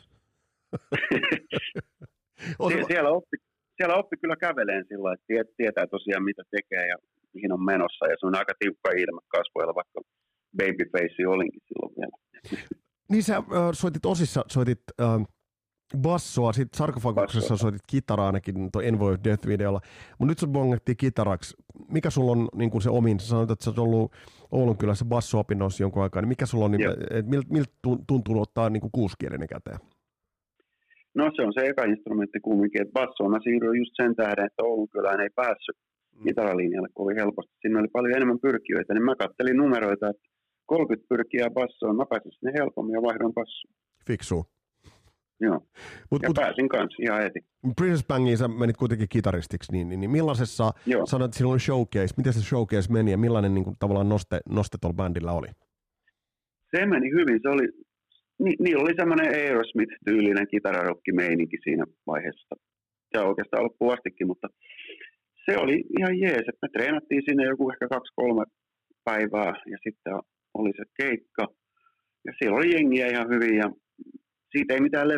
Siellä oppi kyllä käveleen sillä, että tietää tosiaan mitä tekee ja mihin on menossa. Ja se on aika tiukka ilme kasvoilla, vaikka babyface olinkin silloin vielä. Niin sä soitit bassoa, sitten Sarkofaguksessa soitit kitaraa ainakin tuon Envoy of Death-videolla, mutta nyt sut bongattiin kitaraksi. Mikä sulla on niin kuin se omin? Sä sanoit, että sä oot ollut Oulunkylässä basso-opinnoissa jonkun aikaa, niin mikä sulla on, miltä tuntuu ottaa niin kuin kuuskielinen käteen? No se on se eka instrumentti kumminkin, että bassoon mä siirryin just sen tähden, että Oulunkylään ei päässyt kitaralinjalle kovin helposti. Siinä oli paljon enemmän pyrkijöitä, niin mä kattelin numeroita, että 30 pyrkijää bassoon, mä pääsin sinne helpommin ja vaihdoin bassoon. Fiksuu. Joo, pääsin kanssa ihan heti. Princess Bangiin sä menit kuitenkin kitaristiksi, niin millaisessa, sanoit, että siinä oli showcase, miten se showcase meni ja millainen niin kuin, tavallaan noste tuolla bändillä oli? Se meni hyvin, se oli, niillä oli semmoinen Aerosmith-tyylinen kitararokkimeininki siinä vaiheessa. Se oikeastaan loppuun astikin, mutta se oli ihan jees, että me treenattiin sinne joku ehkä 2-3 päivää ja sitten oli se keikka ja siellä oli jengiä ihan hyvin ja siitä ei mitään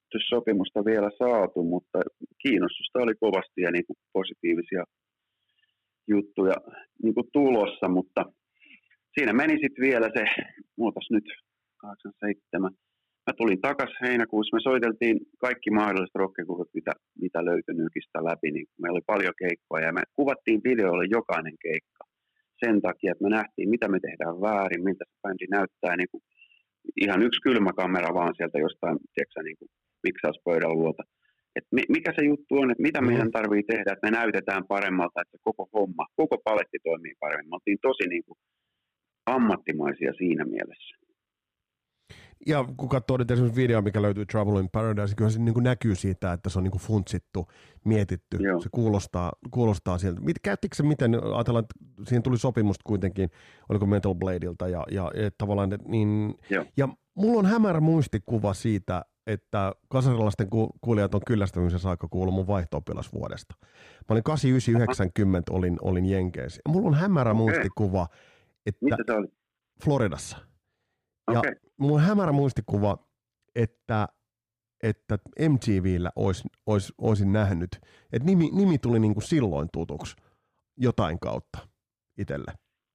sopimusta vielä saatu, mutta kiinnostusta oli kovasti ja niin kuin positiivisia juttuja niin kuin tulossa, mutta siinä meni sitten vielä se, muutas nyt 87. Mä tulin takaisin heinäkuussa, me soiteltiin kaikki mahdolliset rockiklubit, mitä löytyi Nykistä läpi, niin meillä oli paljon keikkoja ja me kuvattiin videolle jokainen keikka sen takia, että me nähtiin, mitä me tehdään väärin, miltä se bändi näyttää, niin kuin ihan yksi kylmä kamera vaan sieltä jostain, tiedätkö, niin kuin miksauspöydän luota. Että mikä se juttu on, että mitä meidän tarvii tehdä, että me näytetään paremmalta, että koko homma, koko paletti toimii paremmin. Me oltiin tosi niin kuin ammattimaisia siinä mielessä. Ja kun katsoo nyt esimerkiksi video, mikä löytyy Trouble in Paradise, kyllä se niin kuin näkyy siitä, että se on niin kuin funtsittu, mietitty. Joo. Se kuulostaa sieltä. Käyttikö se miten, ajatellaan, että siihen tuli sopimusta kuitenkin, oliko Metal Bladeilta ja tavallaan, niin, ja mulla on hämärä muistikuva siitä, että kasarilaisten kuulijat on kyllästämisen saakka kuullut mun vaihto-oppilasvuodesta. Mä olin 89-90, olin Jenkeissä. Mulla on hämärä muistikuva, että missä se oli? Floridassa. Ja mulla on hämärä muistikuva, että MTVllä olisin nähnyt, että nimi tuli niin kuin silloin tutuksi jotain kautta itselle.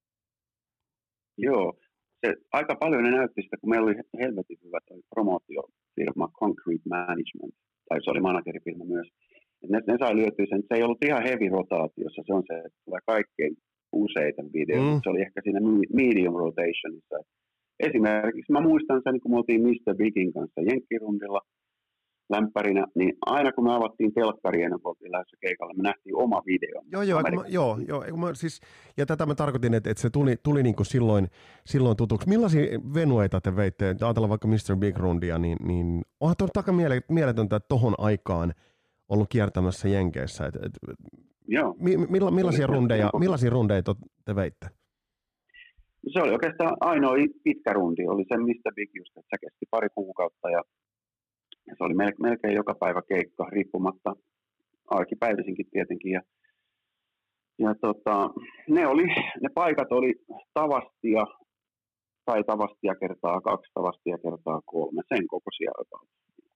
Joo, se aika paljon ne näytti sitä, kun meillä oli helvetin hyvä promotiofirma Concrete Management, tai se oli managerifirma myös. Ne sai lyötyä sen, se ei ollut ihan heavy rotaatiossa, se on se, että tulee kaikkein useiten videoita. Se oli ehkä siinä medium rotationissa. Esimerkiksi mä muistan sen, kun me oltiin Mr. Bigin kanssa Jenkkirundilla lämpärinä, niin aina kun me avattiin telkkarien ja oltiin lähdössä keikalla, me nähtiin oma video. Siis, ja tätä mä tarkoitin, että se tuli niin kuin silloin tutuksi. Millaisia venueita te veitte? Ajatellaan vaikka Mr. Big Rundia, niin onhan tuon takaa mieletöntä, että tohon aikaan ollut kiertämässä Jenkeissä. Joo. Millaisia rundeja te veitte? Se oli oikeastaan ainoa pitkä rundi, oli se Mr. Big just, että se kesti pari kuukautta ja se oli melkein joka päivä keikka, riippumatta arkipäivisinkin tietenkin. Ja ne paikat oli Tavastia tai Tavastia kertaa 2, Tavastia kertaa 3, sen kokoisia jotain.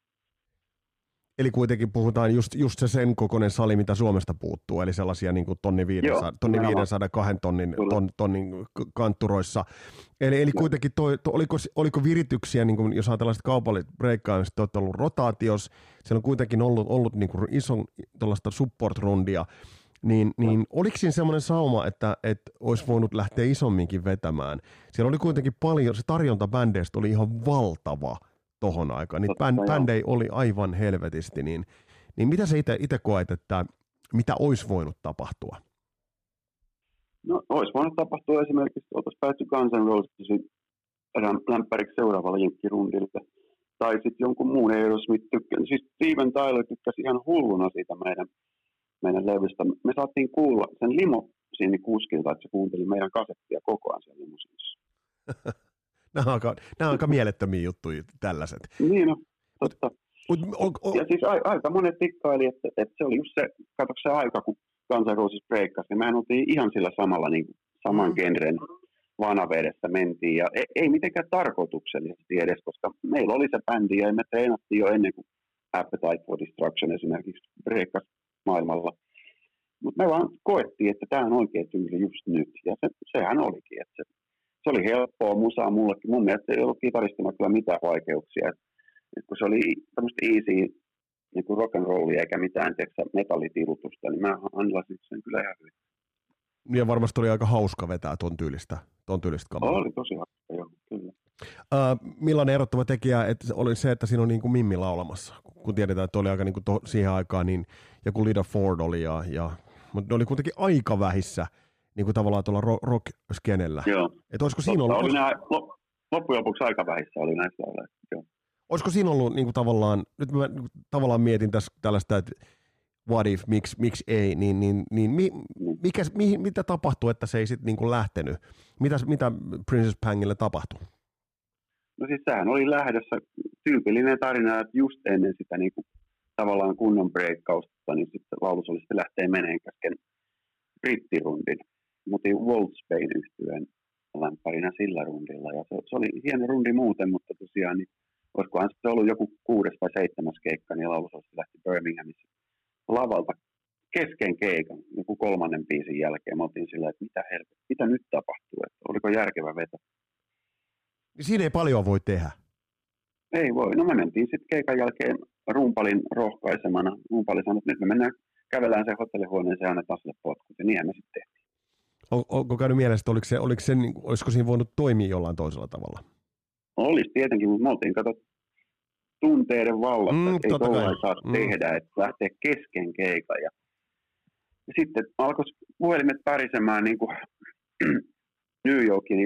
Eli kuitenkin puhutaan just se sen kokoinen sali, mitä Suomesta puuttuu, eli sellaisia niin kuin 1500, 2 tonnin kantturoissa. Eli kuitenkin oliko virityksiä, niin kuin, jos ajatellaan sitä kaupallista breikkaamista, te olette ollut rotaatios, siellä on kuitenkin ollut niin kuin ison tuollaista support-rundia, niin oliko siinä semmoinen sauma, että olisi voinut lähteä isomminkin vetämään? Siellä oli kuitenkin paljon, se tarjonta bändeistä oli ihan valtava tohon aikaan. Niitä bändejä oli aivan helvetisti, niin mitä sä itse koet, että mitä olisi voinut tapahtua? No, olisi voinut tapahtua esimerkiksi, että oltaisiin päästy Guns N' Rosesin lämpäriksi seuraavalla jenkkirundille. Tai sitten jonkun muun Aerosmith tykkäsi. Siis Steven Tyler tykkäsi ihan hulluna siitä meidän levystä. Me saatiin kuulla sen limousini-kuskilta, että se kuunteli meidän kasettia koko ajan siellä limusiinissa. Nämä on aika mielettömiä juttuja tällaiset. Niin no, totta. Ja siis aika monet tikkaili, että se oli just se, katsotaan se aika, kun Guns N' Roses breikkasi, niin mehän oltiin ihan sillä samalla niin saman genren vanavedessä mentiin. Ja ei mitenkään tarkoituksellisesti edes, koska meillä oli se bändi ja me treenattiin jo ennen kuin Appetite for Destruction esimerkiksi breikkasi maailmalla. Mutta me vaan koettiin, että tämä on oikea tyyli just nyt. Ja sehän olikin, että se oli helppoa musaa mullekin. Mun mielestä ei ollut kitaristina kyllä mitään vaikeuksia. Et kun se oli tämmöistä easy niin kuin rock'n'rollia eikä mitään metallitilutusta, niin mä handlasin sen kyllä ihan hyvin. Ja varmasti oli aika hauska vetää ton tyylistä kamaa. Oli tosi hauska, joo, kyllä. Millainen erottava tekijä oli se, että siinä on niin kuin Mimmi laulamassa? Kun tiedetään, että oli aika niin kuin siihen aikaan, niin joku Lida Ford oli, mutta ne oli kuitenkin aika vähissä niin kuin tavallaan tuolla rock-skenellä. Joo. Että olisiko siinä ollut... Loppujen lopuksi aika vähissä oli näissä olleet, joo. Olisiko siinä ollut niin kuin tavallaan, nyt mä tavallaan mietin tässä tällaista, että what if, miksi ei, mitä tapahtui, että se ei sitten niin kuin lähtenyt? Mitä Princess Pangille tapahtui? No siis sehän oli lähdössä tyypillinen tarina, että just ennen sitä niin kuin, tavallaan kunnon breikkausta, niin sitten laulusolisti lähtee meneen käsken brittirundin. Mutta Wolfsbane yhtyeen lämpärinä sillä rundilla, ja se oli hieno rundi muuten, mutta tosiaan niin olisikohan se ollut joku 6. tai 7. keikka, niin laulusolsti lähti Birminghamissa lavalta kesken keikan, joku 3. biisin jälkeen. Mä oltiin sillä, että mitä nyt tapahtuu, että oliko järkevä veto. Siinä ei paljon voi tehdä. Ei voi. No me mentiin sitten keikan jälkeen rumpalin rohkaisemana. Rumpali sanoi, että nyt me mennään kävelään sen hotellihuoneeseen ja annetaan sille potkut. Ja niinhän me sitten tehtiin. Onko käynyt mielessä, että olisiko siinä voinut toimia jollain toisella tavalla? Olisi tietenkin, mutta me oltiin tunteiden vallassa, että ei tuolla saa tehdä, että lähtee kesken keikan. Ja sitten alkoi puhelimet pärisemään niin kuin New Yorkin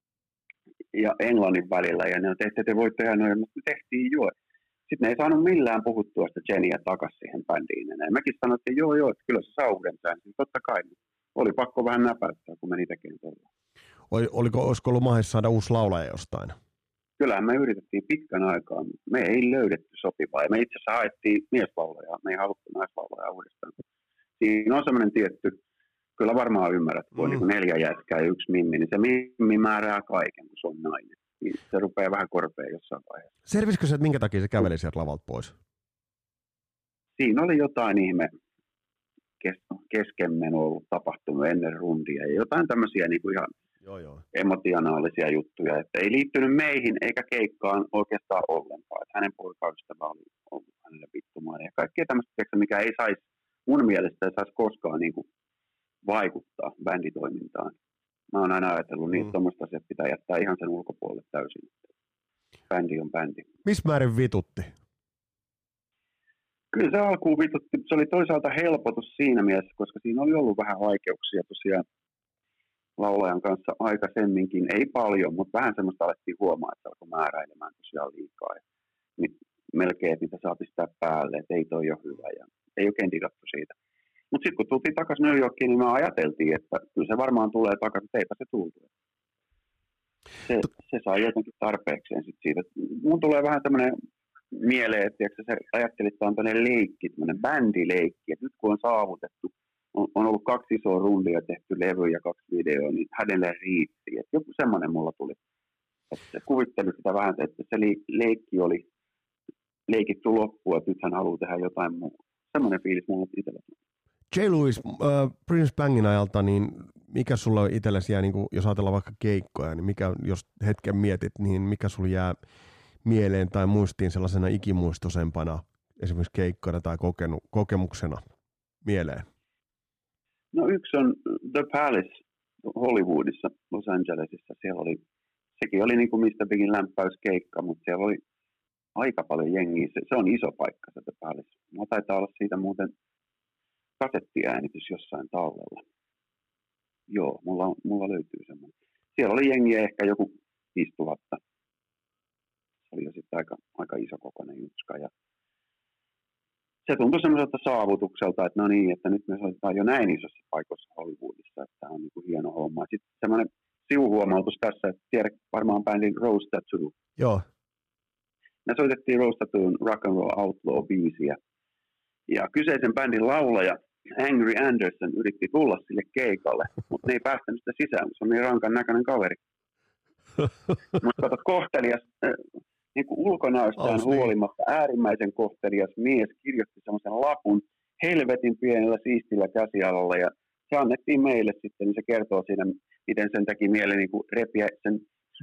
ja Englannin välillä, ja ne on tehty, että te voitte tehdä noin, mutta me tehtiin jo. Sitten ne ei saanut millään puhuttua sitä Jennyä takaisin siihen bändiin. Ja mäkin sanoin, että joo, että kyllä se saa uuden säännön. Totta kai. Oli pakko vähän näpäyttää, kun meni tekemään tuolla. Olisiko ollut mahdollista saada uusi laulaja jostain? Kyllähän me yritettiin pitkän aikaa. Me ei löydetty sopivaa. Ja me itse asiassa haettiin mieslaulajaa. Me ei haluttu naislaulajaa uudestaan. Siinä on semmoinen tietty, kyllä varmaan ymmärrät, kun on niin 4 jätkää ja 1 mimmi, niin se mimmi määrää kaiken, kun se on nainen. Niin se rupeaa vähän korpeen jossain vaiheessa. Selvisikö se, että minkä takia se käveli sieltä lavalta pois? Siinä oli jotain ihme keskenmeno ollut tapahtunut ennen rundia ja jotain tämmöisiä niin kuin ihan emotionaalisia juttuja, että ei liittynyt meihin eikä keikkaan oikeastaan ollenkaan. Että hänen poikaystävä oli ollut hänelle vittumaan ja kaikkea tämmöistä, mikä ei saisi, mun mielestä ei saisi koskaan niin kuin vaikuttaa bänditoimintaan. Mä oon aina ajatellut niin, että tuommoista asiat pitää jättää ihan sen ulkopuolelle täysin. Bändi on bändi. Missä määrin vitutti? Kyllä se alkuun vitutti. Se oli toisaalta helpotus siinä mielessä, koska siinä oli ollut vähän vaikeuksia tosiaan laulajan kanssa aikaisemminkin. Ei paljon, mutta vähän semmoista alettiin huomaa, että alkoi määräilemään tosiaan liikaa. Ja melkein, että mitä saa pistää päälle, että ei toi ole hyvä. Ja ei oikein digattu siitä. Mutta sitten kun tultiin takaisin New Yorkiin, niin me ajateltiin, että kyllä se varmaan tulee takaisin, mutta eipä se tullut. Se sai jotenkin tarpeekseen sit siitä. Mun tulee vähän tämmöinen mieleen, että sä ajattelit, että on tämmöinen leikki, tämmöinen bändileikki, että nyt kun on saavutettu, on ollut 2 isoa rundia, tehty levy ja 2 videoa, niin hänelle riitti. Et joku semmoinen mulla tuli. Että kuvitteli sitä vähän, että se leikki oli leikitty loppuun, että nyt hän haluaa tehdä jotain muuta. Semmoinen fiilis mulla itsellä. J. Louis, Prince Bangin ajalta, niin mikä sulla itsellesi jää, niin kuin, jos ajatellaan vaikka keikkoja, niin mikä, jos hetken mietit, niin mikä sulla jää mieleen tai muistiin sellaisena ikimuistoisempana esimerkiksi keikkana tai kokemuksena mieleen? No yksi on The Palace Hollywoodissa, Los Angelesissa. Siellä oli, sekin oli niin kuin Mr. Bigin lämpäyskeikka, mutta siellä oli aika paljon jengiä. Se on iso paikka se The Palace. Mulla taitaa olla siitä muuten kasettiäänitys jossain tallella. Joo, mulla löytyy semmoinen. Siellä oli jengiä ehkä joku 5000. Se oli jo sitten aika iso kokoinen jutska. Ja se tuntui semmoiselta saavutukselta, että no niin, että nyt me soitetaan jo näin isossa paikoissa Hollywoodissa, että tämä on niin kuin hieno homma. Sitten semmoinen sivuhuomautus tässä, että tiedät varmaan bändin Rose Tattoo. Joo. Me soitettiin Rose Tattoon Rock and Roll Outlaw-biisiä. Ja kyseisen bändin laulaja Angry Anderson yritti tulla sille keikalle, mutta ne ei päästänyt sitä sisään, se on niin rankan näköinen kaveri. Mutta katsot, kohtelias, niin kuin ulkonäöstään huolimatta, äärimmäisen kohtelias mies kirjoitti semmoisen lapun helvetin pienellä siistillä käsialalla, ja se annettiin meille sitten, niin se kertoo siinä, miten sen teki mieli niin kuin repiä sen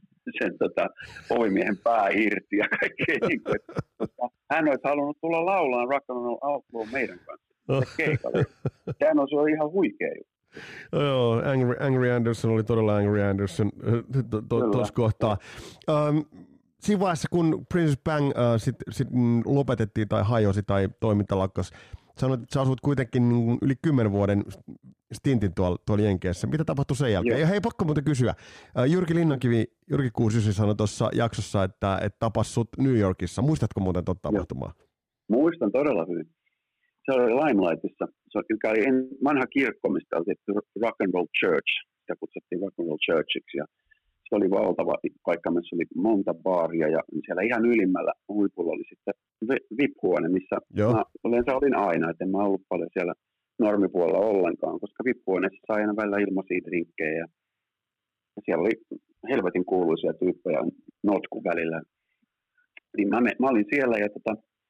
ovimiehen pää irti ja kaikkea. Niin kuin, koska hän olisi halunnut tulla laulaan Rock and Roll Outlaw meidän kanssa. Sehän on ihan huikea juttu. Joo, Angry Anderson oli todella Angry Anderson tuossa kohtaa. Siinä vaiheessa, kun Prince Bang sit lopetettiin tai hajosi tai toiminta lakkas, sanoit, että sä asut kuitenkin niin yli 10 vuoden stintin tuolla Jenkeissä. Mitä tapahtui sen jälkeen? Joo. Ja hei, pakko muuten kysyä. Jyrki Linnankivi, Jyrki 69 sanoi tuossa jaksossa, että tapas sut New Yorkissa. Muistatko muuten tuota tapahtumaa? Muistan todella hyvin. Se oli Limelightissa. Se oli vanha kirkko, mistä oli tehty Rock and Roll Church. Sitä kutsuttiin Rock and Roll Churchiksi. Ja se oli valtava paikka, missä oli monta baaria. Ja siellä ihan ylimmällä huipulla oli sitten VIP-huone, missä mä yleensä olin aina. Et en mä ollut paljon siellä normipuolella ollenkaan, koska VIP-huoneessa sai aina välillä ilmaisia drinkkejä. Ja siellä oli helvetin kuuluisia tyyppejä notku välillä Niin mä olin siellä ja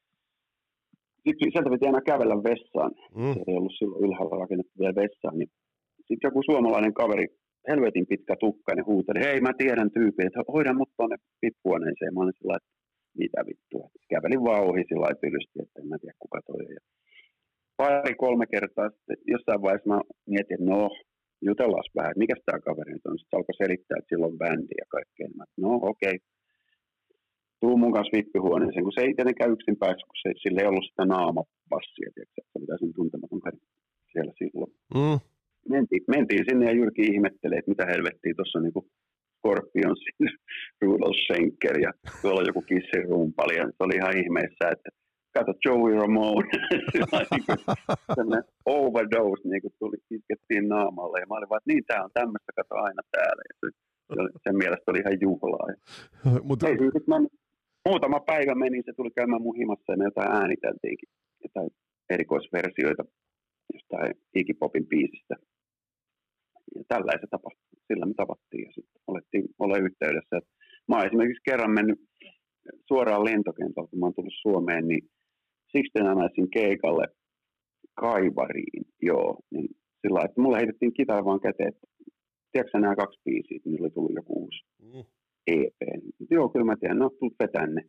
sieltä piti aina kävellä vessaan. Se ei ollut silloin ylhäällä rakennettu vielä vessaan. Niin sitten joku suomalainen kaveri, helvetin pitkä tukkainen, huuteli, hei mä tiedän tyypin, että hoida mut tuonne VIP-huoneeseen. Mä olin sillä että mitä vittua. Kävelin vaan ohi sillä tylysti, että en mä tiedä kuka toi on. 2-3 kertaa sitten jossain vaiheessa mä mietin, että no, jutellaan vähän, että mikäs tää kaveri nyt on. Sitten se alkoi selittää, että sillä on bändi ja kaikkea. Mä, no okei. Tuu mun kanssa VIP-huoneeseen, kun se ei tietenkään yksin päässyt, kun sillä ei ollut sitä naamapassia, tiedätkö, se oli täysin tuntematon kari siellä silloin. Mentiin sinne ja Jyrki ihmettelee, että mitä helvettiä tuossa on niinku Scorpions, Rudolf Schenker ja tuolla on joku Kissin rumpali ja se oli ihan ihmeessä, että kato Joey Ramone, sellainen overdose niin tuli, iskettiin naamalle ja mä olin vaan, että niin tää on tämmöistä, kato aina täällä ja sen mielestä oli ihan juhlaa. Mutta ei siis muutama päivä meni, se tuli käymään mun himassa ja me jotain ääniteltiinkin, jotain erikoisversioita jostain Iggy Popin biisistä. Ja tällaisen tapahtui, sillä me tavattiin ja sitten alettiin olla yhteydessä. Mä oon esimerkiksi kerran mennyt suoraan lentokentältä, kun mä oon tullut Suomeen, niin Sixten Anasin keikalle Kaivariin, joo. Niin sillä lailla, että mulle heitettiin kitara vaan käteen, että tiedätkö nämä 2 biisiä, niillä oli tullut joku uusi EP. Joo, kyllä mä tiedän, no tulet vetänne.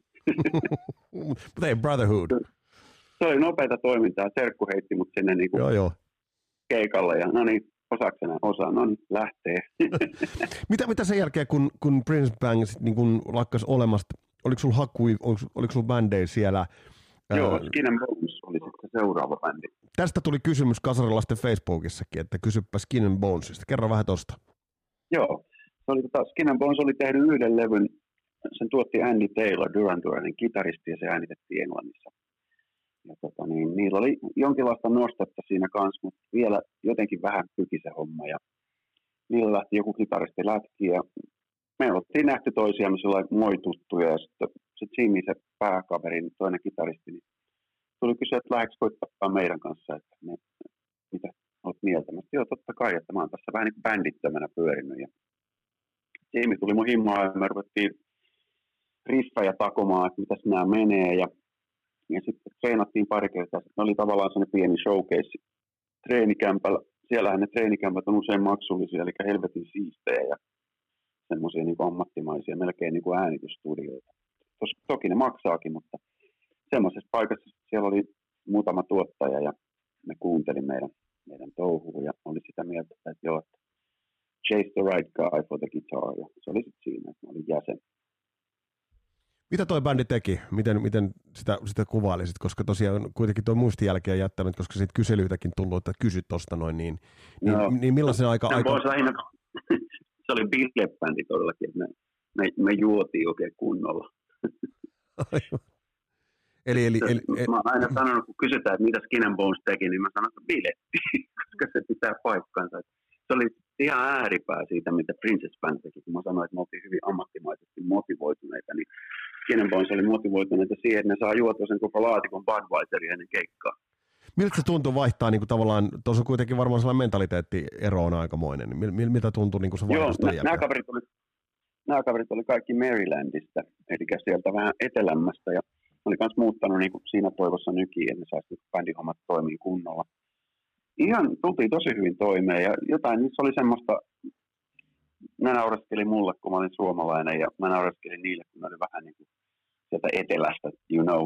Mutta ei Brotherhood. Se oli nopeata toimintaa, Serkku heitti mut sinne niinku keikalle ja no niin, osaako enää osaa, no niin, lähtee. Mitä sen jälkeen, kun Prince Bang niin kun lakkas olemasta, oliko sulla oliko sulla bändejä siellä? Joo, Skin and Bones oli sitten seuraava bändi. Tästä tuli kysymys kasarilaisten Facebookissakin, että kysyppä Skin and Bonesista. Kerro vähän tosta. Joo, se oli, Skin and Bones oli tehnyt yhden levyn, sen tuotti Andy Taylor, Duran Duranin kitaristi, ja se äänitettiin Englannissa. Ja niillä oli jonkinlaista nostetta siinä kanssa, mutta vielä jotenkin vähän pyki se homma. Ja niillä lähti joku kitaristi lätkiin, ja me oltiin nähty toisiamme sellainen moi-tuttuja, ja sitten se Jimmy, se pääkaveri, toinen kitaristi, niin tuli kysyä, että lähdekö koittaa meidän kanssa, että mitä olet mieltä. Mä joo, totta kai, että mä oon tässä vähän niin kuin bändittömänä pyörinyt. Ja Jimmy tuli mun himmaan, ja me ruvettiin riffejä takomaan, että mitäs nämä menee, ja sitten treenattiin pari kertaa. Ne oli tavallaan sellainen pieni showcase treenikämpällä. Siellähän ne treenikämpät on usein maksullisia, eli helvetin siistejä ja semmoisia niin ammattimaisia, melkein niin kuin äänitysstudioita. Toki ne maksaakin, mutta semmoisessa paikassa siellä oli muutama tuottaja ja ne kuunteli meidän touhua ja oli sitä mieltä, että joo, että chase the right guy for the guitar. Ja se oli sitten siinä, että mä olin jäsen. Mitä toi bändi teki? Miten sitä kuvailisit? Koska tosiaan kuitenkin tuo muistijälkeä jättänyt, koska siitä kyselyitäkin tullut, että kysyt tosta noin, niin millaisen aika... Se oli bilebändi todellakin, että me juotiin oikein kunnolla. Mä oon aina sanonut, kun kysytään, että mitä Skin and Bones teki, niin mä sanon, että biletti, koska se pitää paikkansa. Se oli ihan ääripää siitä, mitä Princess Band teki, kun mä sanoin, että me oltiin hyvin ammattimaisesti motivoituneita, niin Skin and Bones oli motivoituneita siihen, että ne saa juotua sen koko laatikon Budweiseria ennen keikkaa. Miltä se tuntui vaihtaa niin kuin tavallaan, tuossa on kuitenkin varmaan sellainen mentaliteetti-ero on aikamoinen, niin miltä tuntui niin kuin se vaihdosta jälkeen? Nämä kaverit oli kaikki Marylandista, eli sieltä vähän etelämmästä, ja oli myös muuttanut niin kuin siinä toivossa nykiin, että ne saisi bändihommat toimia kunnolla. Ihan tultiin tosi hyvin toimeen, ja jotain niissä oli semmoista, ne naureskeli mulle, kun mä olin suomalainen, ja mä naureskelin niille, kun ne oli vähän niin kuin sieltä etelästä, you know.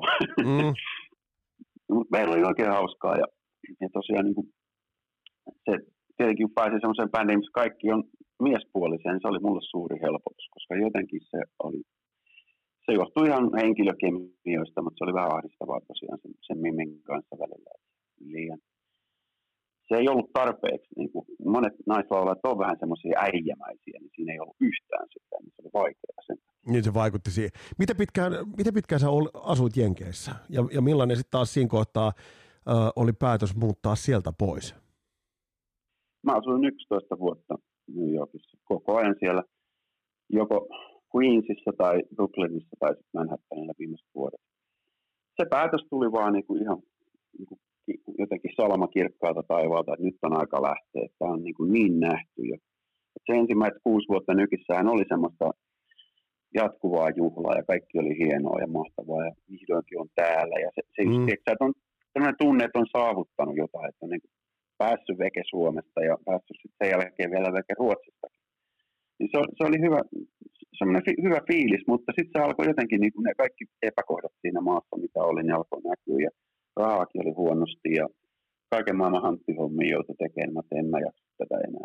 Meillä oli oikein hauskaa, ja tosiaan niin kuin se tietenkin kun pääsi semmoiseen bändiin, missä kaikki on miespuoliseen, se oli mulle suuri helpotus, koska jotenkin se johtui ihan henkilökemioista, mutta se oli vähän ahdistavaa tosiaan sen Mimin kanssa välillä. Liian. Se ei ollut tarpeeksi, niin kuin monet naislaulajat on vähän semmoisia äijämäisiä, niin siinä ei ollut yhtään sitä, niin se oli vaikeaa sen. Niin se vaikutti siihen. Miten pitkään sä asuit Jenkeissä ja millainen sitten taas siinä kohtaa oli päätös muuttaa sieltä pois? Mä asuin 11 vuotta New Yorkissa, koko ajan siellä joko Queensissa tai Brooklynissa tai sitten Manhattanilla viimeiset vuodet. Se päätös tuli vaan niin kuin ihan niin kuin jotenkin salamakirkkaalta taivaalta, että nyt on aika lähteä. Tämä on niin nähty jo. Se ensimmäiset 6 vuotta Nykissähän oli semmoista jatkuvaa juhlaa ja kaikki oli hienoa ja mahtavaa ja vihdoinkin on täällä. Ja se just, että on sellainen tunne, että on saavuttanut jotain, että on niin päässyt veke Suomesta ja päässyt sitten sen jälkeen vielä veke Ruotsista. Niin se oli hyvä fiilis, mutta sitten se alkoi jotenkin niin kuin ne kaikki epäkohdat siinä maassa, mitä oli, niin alkoi näkyä ja rahakin oli huonosti ja kaiken maailman hanttihommia joutui tekemään, että en mä jaksa tätä enää.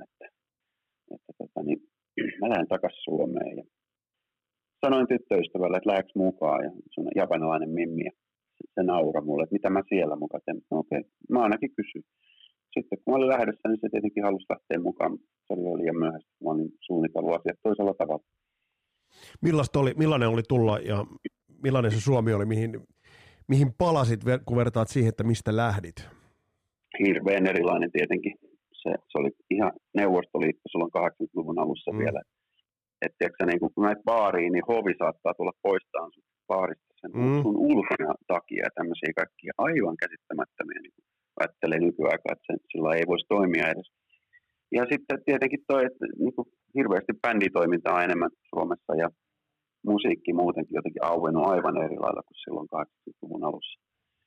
Niin, mä lähden takaisin Suomeen ja sanoin tyttöystävälle, että lähdekö mukaan ja se on japanilainen mimmi ja se nauroi mulle, että mitä mä siellä mukaan teen. No okei, mä ainakin kysyin. Sitten kun mä olin lähdössä, niin se tietenkin halusi lähteä mukaan, mutta se oli jo liian myöhäistä. Mä olin suunnitellut asiat toisella tavalla. Millainen oli tulla ja millainen se Suomi oli, mihin palasit, kun vertaat siihen, että mistä lähdit? Hirveän erilainen tietenkin. Se oli ihan Neuvostoliitto silloin 80-luvun alussa vielä. Että niin kun näet baariin, niin hovi saattaa tulla poistaan sun baarista sen sun ulkona takia ja tämmöisiä kaikkia aivan käsittämättömiä. Niin ajattelee nykyaikaa, että sillä ei voisi toimia edes. Ja sitten tietenkin toi, että niin hirveästi bänditoimintaa on enemmän Suomessa ja musiikki muutenkin jotenkin auennut aivan eri lailla kuin silloin 80-luvun alussa.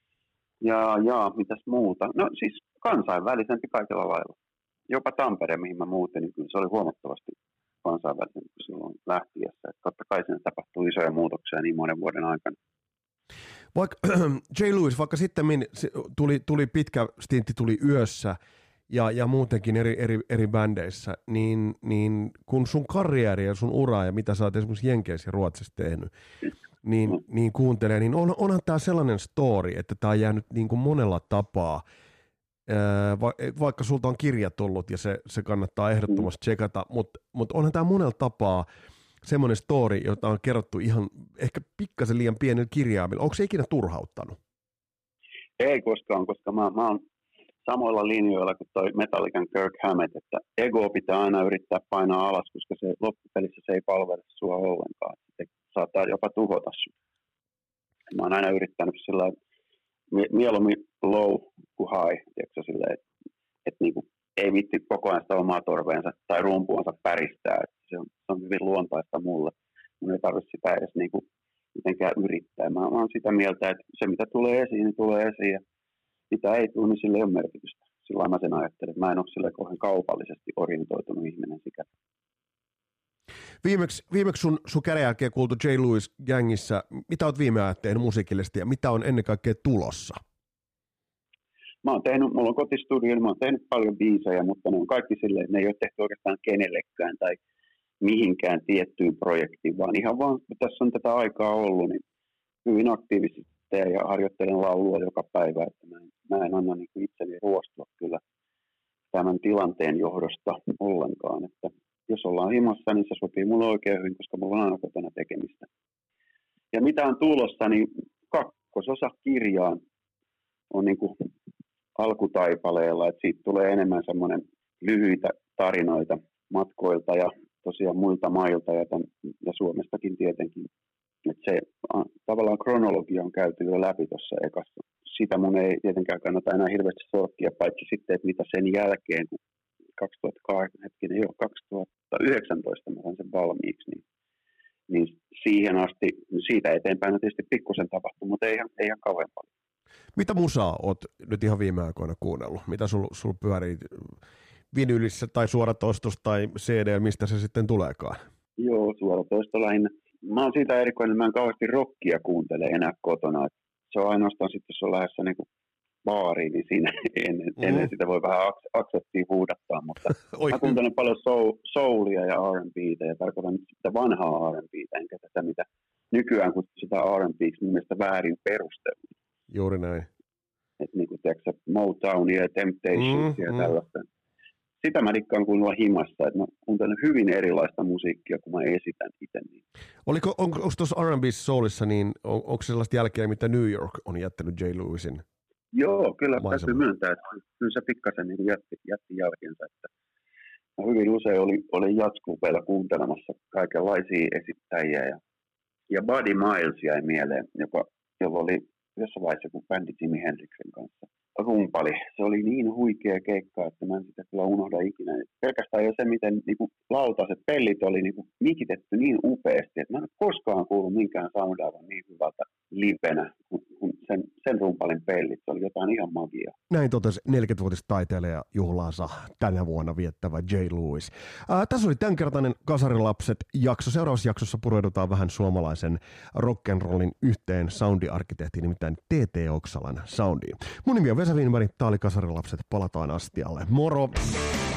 Ja mitäs muuta? No siis kansainvälisempi kaikilla lailla. Jopa Tampere, mihin mä muutin, niin kyllä se oli huomattavasti kansainvälisempi kuin silloin lähtiessä. Että totta kai siinä tapahtui isoja muutoksia niin monen vuoden aikana. Vaikka J. Lewis, vaikka sitten tuli pitkä stintti, tuli Yössä ja muutenkin eri bändeissä, niin kun sun karrieri ja sun ura ja mitä sä oot esimerkiksi Jenkeissä ja Ruotsissa tehnyt, niin kuuntelee, niin onhan tää sellainen story, että tää on jäänyt niin kuin monella tapaa, vaikka sulta on kirja tullut ja se kannattaa ehdottomasti tsekata, mutta onhan tää monella tapaa semmoinen story, jota on kerrottu ihan ehkä pikkasen liian pienellä kirjaimilla. Onko se ikinä turhauttanut? Ei koskaan, koska mä oon samoilla linjoilla kuin toi Metallican Kirk Hammett, että ego pitää aina yrittää painaa alas, koska se loppupelissä se ei palvele sua ollenkaan. Se saattaa jopa tuhota sua. Mä oon aina yrittänyt sillä mieluummin low kuin high, tiedätkö, silleen, että niinku, ei viitti koko ajan sitä omaa torveensa tai rumpuansa päristää. Se on hyvin luontaista mulle. Mun ei tarvitse sitä edes niinku mitenkään yrittää. Mä oon sitä mieltä, että se mitä tulee esiin, niin tulee esiin. Ja mitä ei tule, niin sillä ei ole merkitystä. Sillä mä sen ajattelen, että mä en ole sille kauhean kaupallisesti orientoitunut ihminen sikäli. Viimeksi sun kädenjälkeen kuultu J. Lewis -gängissä, mitä oot viime ajat tehnyt musiikillisesti ja mitä on ennen kaikkea tulossa? Mulla on kotistudio, niin mä oon tehnyt paljon biisejä, mutta ne on kaikki silleen, että ne ei ole tehty oikeastaan kenellekään tai mihinkään tiettyyn projektiin, vaan ihan vaan, kun tässä on tätä aikaa ollut, niin hyvin aktiivisesti ja harjoittelen laulua joka päivä, että mä en anna niin itseni ruostua kyllä tämän tilanteen johdosta ollenkaan, että jos ollaan himassa, niin se sopii mulle oikein hyvin, koska mulla on aina kotona tekemistä. Ja mitä on tulossa, niin 2. osa kirjaan on niin kuin alkutaipaleella, että siitä tulee enemmän semmoinen lyhyitä tarinoita matkoilta ja tosiaan muilta mailta ja Suomestakin tietenkin. Että se tavallaan kronologia on käyty jo läpi tuossa ekassa. Sitä mun ei tietenkään kannata enää hirveästi sorkkia, paitsi sitten, että mitä sen jälkeen, kun 2019 mä sain sen valmiiksi, niin siihen asti, siitä eteenpäin on tietysti pikkusen tapahtunut, mutta ei ihan kauhean paljon. Mitä musaa oot nyt ihan viime aikoina kuunnellut? Mitä sul pyörii vinylissä tai suoratoistus tai CD, mistä se sitten tuleekaan? Joo, suoratoisto lähinnä. Mä oon siitä erikoinen, mä en kauheasti rockia kuuntele enää kotona. Se on ainoastaan sitten, jos on lähdössä niin baariin, niin siinä ennen sitä voi vähän akseptia huudattaa, mutta mä kuuntelen paljon soulia ja R&B:tä ja tarkoitan sitä vanhaa R&B:tä, enkä tätä mitä nykyään kutsutaan R&B:ksi nimestä väärin perustelua. Juuri näin. Että niin kuin tiedätkö, Motownia ja Temptations ja tällaista. Sitä mä dikkaan kuunnella himassa, että mä kuuntelen hyvin erilaista musiikkia, kun mä esitän itse. Niin. Onko tuossa R&B Soulissa, niin onko sellaista jälkeä, mitä New York on jättänyt J. Lewisin? Joo, kyllä täytyy myöntää, että kyllä se pikkasen niin jätti jälkensä. Että mä hyvin usein olin jatskupeilla kuuntelemassa kaikenlaisia esittäjiä. Ja Buddy Miles jäi mieleen, jolla oli jossain vaiheessa joku bändi Jimi Hendrixin kanssa. rumpali. Se oli niin huikea keikka, että mä en sitä kyllä unohda ikinä. Pelkästään jo se, miten niin kuin lautaset pellit oli niin kuin mikitetty niin upeasti, että mä en ole koskaan kuullut minkään soundaavan niin hyvältä livenä kuin sen rumpalin pellit. Se oli jotain ihan magiaa. Näin totesi 40-vuotistaiteilija juhlaansa tänä vuonna viettävä J. Lewis. Tässä oli tämänkertainen Kasarilapset-jakso. Seuraavassa jaksossa pureudutaan vähän suomalaisen rock'n'rollin yhteen soundiarkkitehtiin, nimittäin T.T. Oksalan soundiin. Mun nimi on Vesa Wienberg, tää oli Kasarilapset, palataan astialle. Moro!